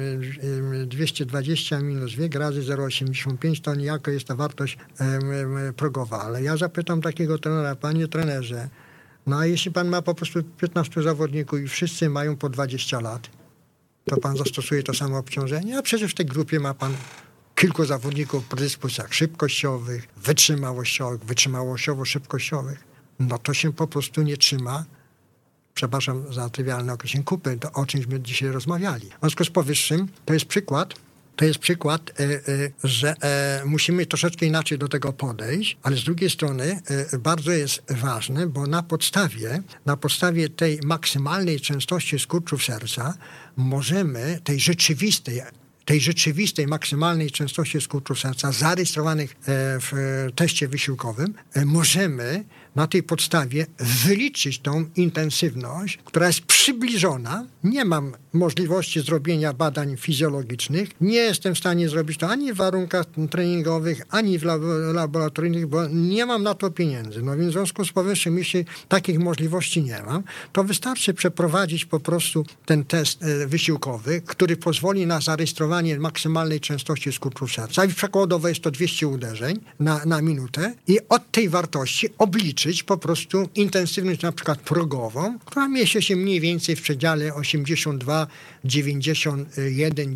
220 minus wiek razy 0,85, to niejako jest ta wartość progowa. Ale ja zapytam takiego trenera, panie trenerze, no a jeśli pan ma po prostu 15 zawodników i wszyscy mają po 20 lat, to pan zastosuje to samo obciążenie? A przecież w tej grupie ma pan kilku zawodników w predyspozycjach szybkościowych, wytrzymałościowo-szybkościowych. No to się po prostu nie trzyma, przepraszam za trywialne określenie, kupy, to o czymśmy dzisiaj rozmawiali. W związku z powyższym to jest przykład, że musimy troszeczkę inaczej do tego podejść, ale z drugiej strony bardzo jest ważne, bo na podstawie tej maksymalnej częstości skurczów serca możemy tej rzeczywistej maksymalnej częstości skurczów serca zarejestrowanych w teście wysiłkowym, możemy na tej podstawie wyliczyć tą intensywność, która jest przybliżona. Nie mam możliwości zrobienia badań fizjologicznych. Nie jestem w stanie zrobić to ani w warunkach treningowych, ani w laboratoryjnych, bo nie mam na to pieniędzy. No więc w związku z powyższym, jeśli takich możliwości nie mam, to wystarczy przeprowadzić po prostu ten test wysiłkowy, który pozwoli na zarejestrowanie kształtowanie maksymalnej częstości skurczów serca i przykładowo jest to 200 uderzeń na minutę i od tej wartości obliczyć po prostu intensywność na przykład progową, która mieści się mniej więcej w przedziale 82, 91,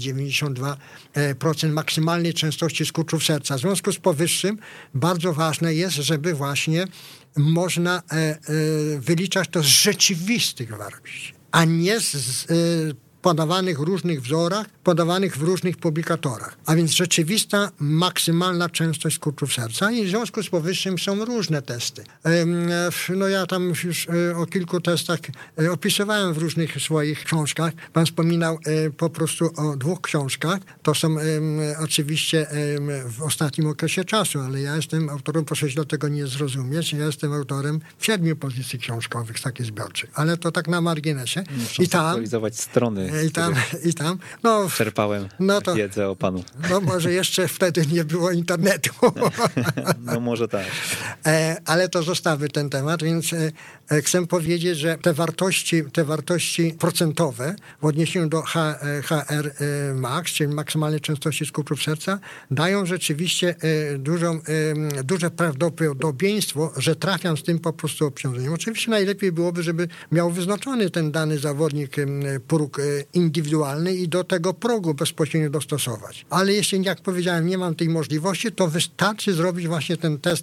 92% maksymalnej częstości skurczów serca. W związku z powyższym bardzo ważne jest, żeby właśnie można wyliczać to z rzeczywistych wartości, a nie z podawanych w różnych wzorach, podawanych w różnych publikatorach. A więc rzeczywista, maksymalna częstość skurczów serca i w związku z powyższym są różne testy. No ja tam już o kilku testach opisywałem w różnych swoich książkach. Pan wspominał po prostu o 2 książkach. To są oczywiście w ostatnim okresie czasu, ale ja jestem autorem, proszę się do tego nie zrozumieć, ja jestem autorem 7 pozycji książkowych, takich zbiorczych. Ale to tak na marginesie. Muszę aktualizować strony. I tam. No, czerpałem wiedzę o panu. No może jeszcze wtedy nie było internetu. No może tak. Ale to zostawmy ten temat, więc chcę powiedzieć, że te wartości procentowe w odniesieniu do HR max, czyli maksymalnej częstości skurczów serca, dają rzeczywiście duże prawdopodobieństwo, że trafiam z tym po prostu obciążeniem. Oczywiście najlepiej byłoby, żeby miał wyznaczony ten dany zawodnik próg indywidualny i do tego progu bezpośrednio dostosować. Ale jeśli, jak powiedziałem, nie mam tej możliwości, to wystarczy zrobić właśnie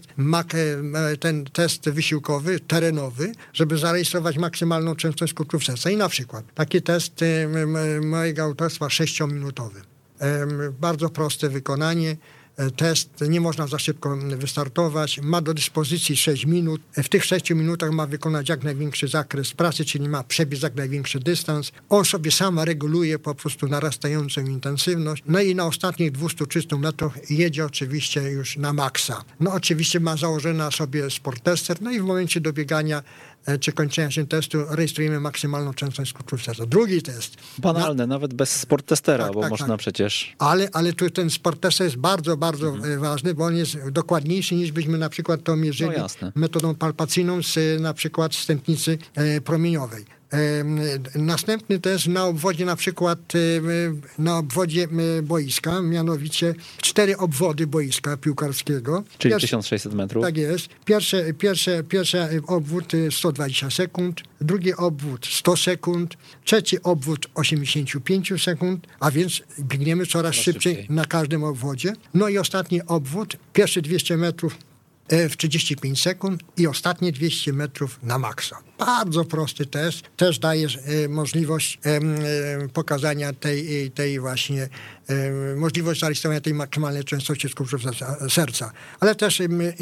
ten test wysiłkowy, terenowy, żeby zarejestrować maksymalną częstość skurczów serca. I na przykład taki test mojego autorstwa 6-minutowy. Bardzo proste wykonanie. Test, nie można za szybko wystartować, ma do dyspozycji 6 minut. W tych 6 minutach ma wykonać jak największy zakres pracy, czyli ma przebiec jak największy dystans. On sobie sama reguluje po prostu narastającą intensywność. No i na ostatnich 200-300 metrach jedzie oczywiście już na maksa. No oczywiście ma założony na sobie sport tester, no i w momencie dobiegania czy kończenia się testu rejestrujemy maksymalną częstość skurczów serca. Drugi test. Banalne, nawet bez sport testera, bo można przecież... Ale tu ten sport tester jest bardzo, bardzo ważny, bo on jest dokładniejszy niż byśmy na przykład to mierzyli metodą palpacyjną na przykład z tętnicy promieniowej. Następny też na obwodzie na przykład na obwodzie boiska, mianowicie 4 obwody boiska piłkarskiego. Czyli 1600 metrów. Tak jest. Pierwszy obwód 120 sekund, drugi obwód 100 sekund, trzeci obwód 85 sekund, a więc biegniemy coraz szybciej na każdym obwodzie. No i ostatni obwód, pierwsze 200 metrów w 35 sekund i ostatnie 200 metrów na maksa. Bardzo prosty test. Też daje możliwość pokazania tej właśnie możliwość zarejestrowania tej maksymalnej częstości skurczów serca. Ale też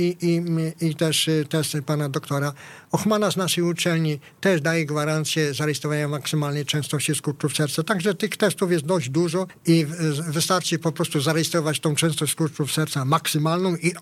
też test pana doktora Ochmana z naszej uczelni też daje gwarancję zarejestrowania maksymalnej częstości skurczów serca. Także tych testów jest dość dużo i wystarczy po prostu zarejestrować tą częstość skurczów serca maksymalną i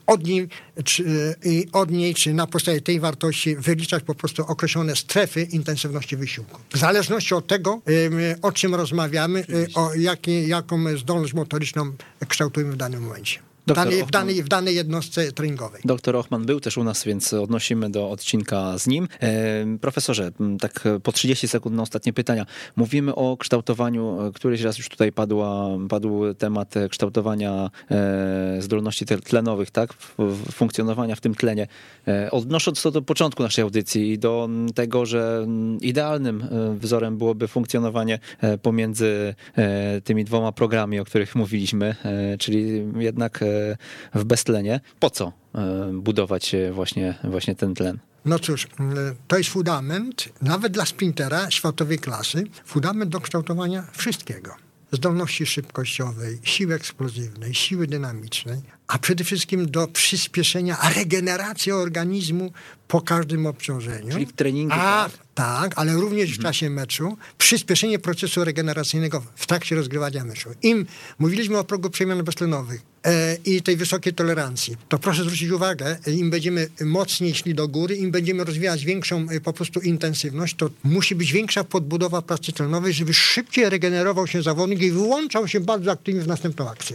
od niej czy na podstawie tej wartości wyliczać po prostu określone strefy intensywności wysiłku. W zależności od tego, o czym rozmawiamy, jaką zdolność motoryczną kształtujemy w danym momencie. W danej jednostce treningowej. Doktor Ochman był też u nas, więc odnosimy do odcinka z nim. Profesorze, tak po 30 sekund na ostatnie pytania. Mówimy o kształtowaniu, któryś raz już tutaj padł temat kształtowania zdolności tlenowych, tak? Funkcjonowania w tym tlenie. Odnosząc to do początku naszej audycji i do tego, że idealnym wzorem byłoby funkcjonowanie pomiędzy tymi 2 programami, o których mówiliśmy, czyli jednak w beztlenie. Po co budować właśnie ten tlen? No cóż, to jest fundament, nawet dla sprintera światowej klasy, fundament do kształtowania wszystkiego. Zdolności szybkościowej, siły eksplozywnej, siły dynamicznej, a przede wszystkim do przyspieszenia regeneracji organizmu po każdym obciążeniu. Czyli w treningu. Tak, ale również w czasie meczu. Przyspieszenie procesu regeneracyjnego w trakcie rozgrywania meczu. Mówiliśmy o progu przemian beztlenowych i tej wysokiej tolerancji, to proszę zwrócić uwagę, im będziemy mocniej szli do góry, im będziemy rozwijać większą po prostu intensywność, to musi być większa podbudowa pracy tlenowej, żeby szybciej regenerował się zawodnik i wyłączał się bardzo aktywnie w następną akcję.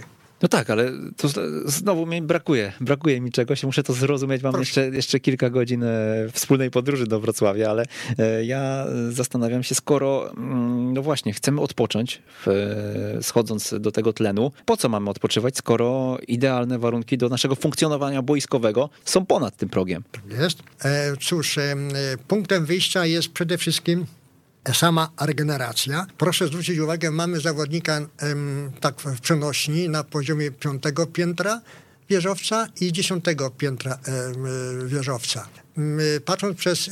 No tak, ale to znowu mi brakuje mi czegoś, muszę to zrozumieć, mam jeszcze kilka godzin wspólnej podróży do Wrocławia, ale ja zastanawiam się, skoro, no właśnie, chcemy odpocząć, schodząc do tego tlenu, po co mamy odpoczywać, skoro idealne warunki do naszego funkcjonowania boiskowego są ponad tym progiem? Jest. Cóż, punktem wyjścia jest przede wszystkim sama regeneracja. Proszę zwrócić uwagę, mamy zawodnika tak w przenośni na poziomie 5. piętra wieżowca i 10. piętra wieżowca. Patrząc przez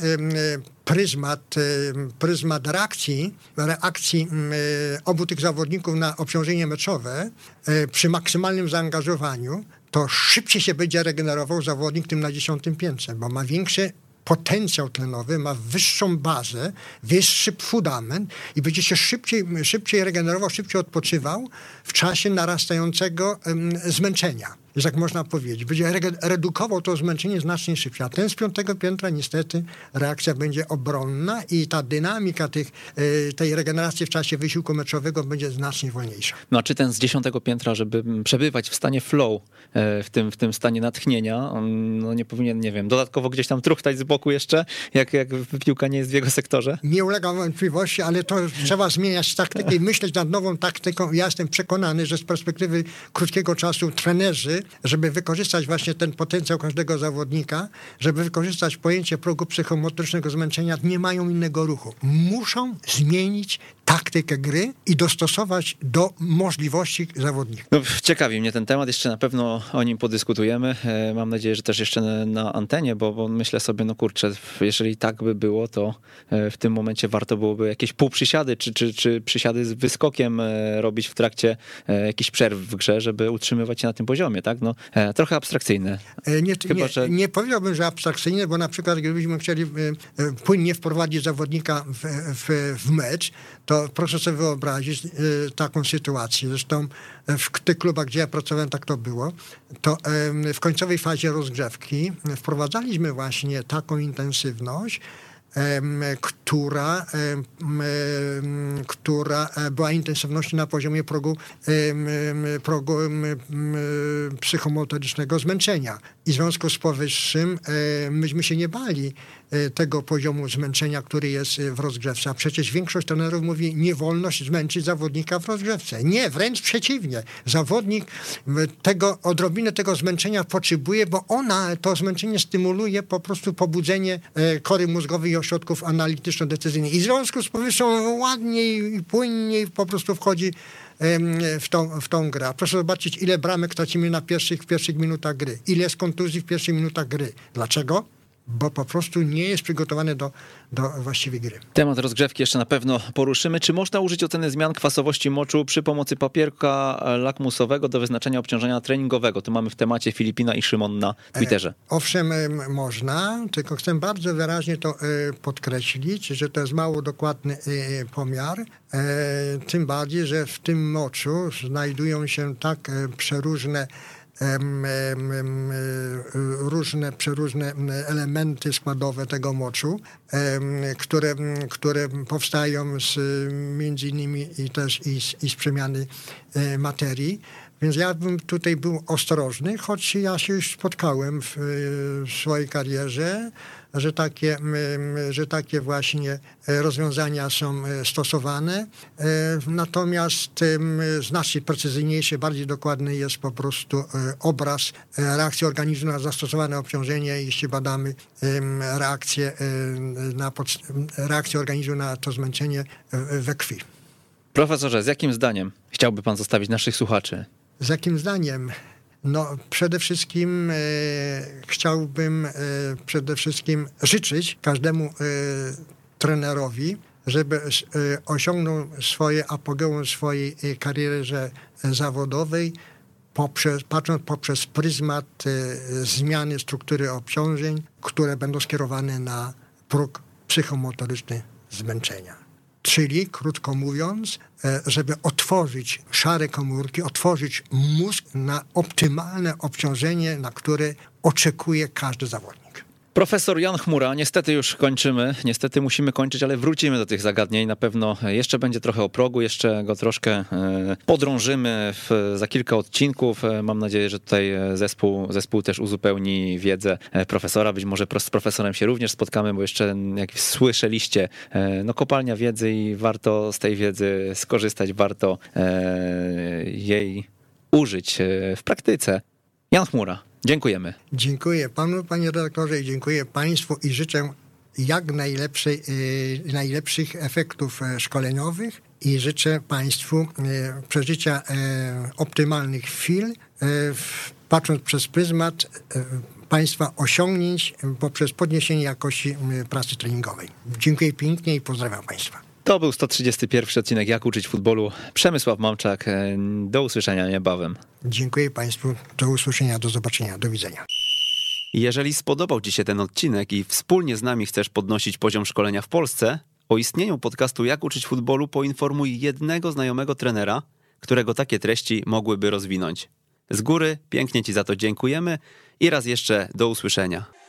pryzmat reakcji obu tych zawodników na obciążenie meczowe, przy maksymalnym zaangażowaniu, to szybciej się będzie regenerował zawodnik tym na 10. piętrze, bo ma większy potencjał tlenowy, ma wyższą bazę, wyższy fundament i będzie się szybciej regenerował, szybciej odpoczywał w czasie narastającego zmęczenia. Jest tak można powiedzieć. Będzie redukował to zmęczenie znacznie szybciej. A ten z 5. piętra niestety reakcja będzie obronna i ta dynamika tej regeneracji w czasie wysiłku meczowego będzie znacznie wolniejsza. No a czy ten z 10. piętra, żeby przebywać w stanie flow, w tym stanie natchnienia, on no nie powinien, nie wiem, dodatkowo gdzieś tam truchtać z boku jeszcze, jak piłka nie jest w jego sektorze? Nie ulega wątpliwości, ale to trzeba zmieniać taktykę i myśleć nad nową taktyką. Ja jestem przekonany, że z perspektywy krótkiego czasu trenerzy, żeby wykorzystać właśnie ten potencjał każdego zawodnika, żeby wykorzystać pojęcie progu psychomotorycznego zmęczenia, nie mają innego ruchu. Muszą zmienić taktykę gry i dostosować do możliwości zawodnika. No, ciekawi mnie ten temat, jeszcze na pewno o nim podyskutujemy. Mam nadzieję, że też jeszcze na antenie, bo myślę sobie, no kurczę, jeżeli tak by było, to w tym momencie warto byłoby jakieś półprzysiady, czy przysiady z wyskokiem robić w trakcie jakichś przerw w grze, żeby utrzymywać się na tym poziomie, tak? No, trochę abstrakcyjne. Nie powiedziałbym, że abstrakcyjne, bo na przykład gdybyśmy chcieli płynnie wprowadzić zawodnika w mecz, to proszę sobie wyobrazić taką sytuację. Zresztą w tych klubach, gdzie ja pracowałem, tak to było. To w końcowej fazie rozgrzewki wprowadzaliśmy właśnie taką intensywność, która była intensywnością na poziomie progu psychomotorycznego zmęczenia. I w związku z powyższym myśmy się nie bali tego poziomu zmęczenia, który jest w rozgrzewce. A przecież większość trenerów mówi, nie wolno zmęczyć zawodnika w rozgrzewce. Nie, wręcz przeciwnie. Zawodnik odrobinę tego zmęczenia potrzebuje, bo to zmęczenie stymuluje po prostu pobudzenie kory mózgowej i ośrodków analityczno-decyzyjnych. I w związku z powyższym ładniej i płynniej po prostu wchodzi w tą grę. Proszę zobaczyć, ile bramek tracimy w pierwszych minutach gry. Ile jest kontuzji w pierwszych minutach gry. Dlaczego? Bo po prostu nie jest przygotowany do właściwej gry. Temat rozgrzewki jeszcze na pewno poruszymy. Czy można użyć oceny zmian kwasowości moczu przy pomocy papierka lakmusowego do wyznaczenia obciążenia treningowego? Tu mamy w temacie Filipina i Szymon na Twitterze. Owszem, można, tylko chcę bardzo wyraźnie to podkreślić, że to jest mało dokładny pomiar. Tym bardziej, że w tym moczu znajdują się tak przeróżne przeróżne elementy składowe tego moczu, które powstają między innymi i z przemiany materii. Więc ja bym tutaj był ostrożny, choć ja się już spotkałem w swojej karierze, że takie właśnie rozwiązania są stosowane. Natomiast znacznie precyzyjniejszy, bardziej dokładny jest po prostu obraz reakcji organizmu na zastosowane obciążenie, jeśli badamy reakcję organizmu na to zmęczenie we krwi. Profesorze, z jakim zdaniem chciałby pan zostawić naszych słuchaczy? Z jakim zdaniem? No, przede wszystkim chciałbym życzyć każdemu trenerowi, żeby osiągnął swoje apogeum w swojej karierze zawodowej, patrząc poprzez pryzmat zmiany struktury obciążeń, które będą skierowane na próg psychomotoryczny zmęczenia. Czyli, krótko mówiąc, żeby otworzyć szare komórki, otworzyć mózg na optymalne obciążenie, na które oczekuje każdy zawodnik. Profesor Jan Chmura, niestety już kończymy, niestety musimy kończyć, ale wrócimy do tych zagadnień. Na pewno jeszcze będzie trochę o progu, jeszcze go troszkę podrążymy za kilka odcinków. Mam nadzieję, że tutaj zespół też uzupełni wiedzę profesora. Być może z profesorem się również spotkamy, bo jeszcze, jak słyszeliście, kopalnia wiedzy i warto z tej wiedzy skorzystać, warto jej użyć w praktyce. Jan Chmura, dziękujemy. Dziękuję panu, panie redaktorze, i dziękuję państwu i życzę jak najlepszych efektów szkoleniowych i życzę państwu przeżycia optymalnych chwil, patrząc przez pryzmat państwa osiągnięć poprzez podniesienie jakości pracy treningowej. Dziękuję pięknie i pozdrawiam państwa. To był 131 odcinek Jak uczyć futbolu. Przemysław Mamczak. Do usłyszenia niebawem. Dziękuję państwu. Do usłyszenia, do zobaczenia, do widzenia. Jeżeli spodobał ci się ten odcinek i wspólnie z nami chcesz podnosić poziom szkolenia w Polsce, o istnieniu podcastu Jak uczyć futbolu poinformuj jednego znajomego trenera, którego takie treści mogłyby rozwinąć. Z góry pięknie ci za to dziękujemy i raz jeszcze do usłyszenia.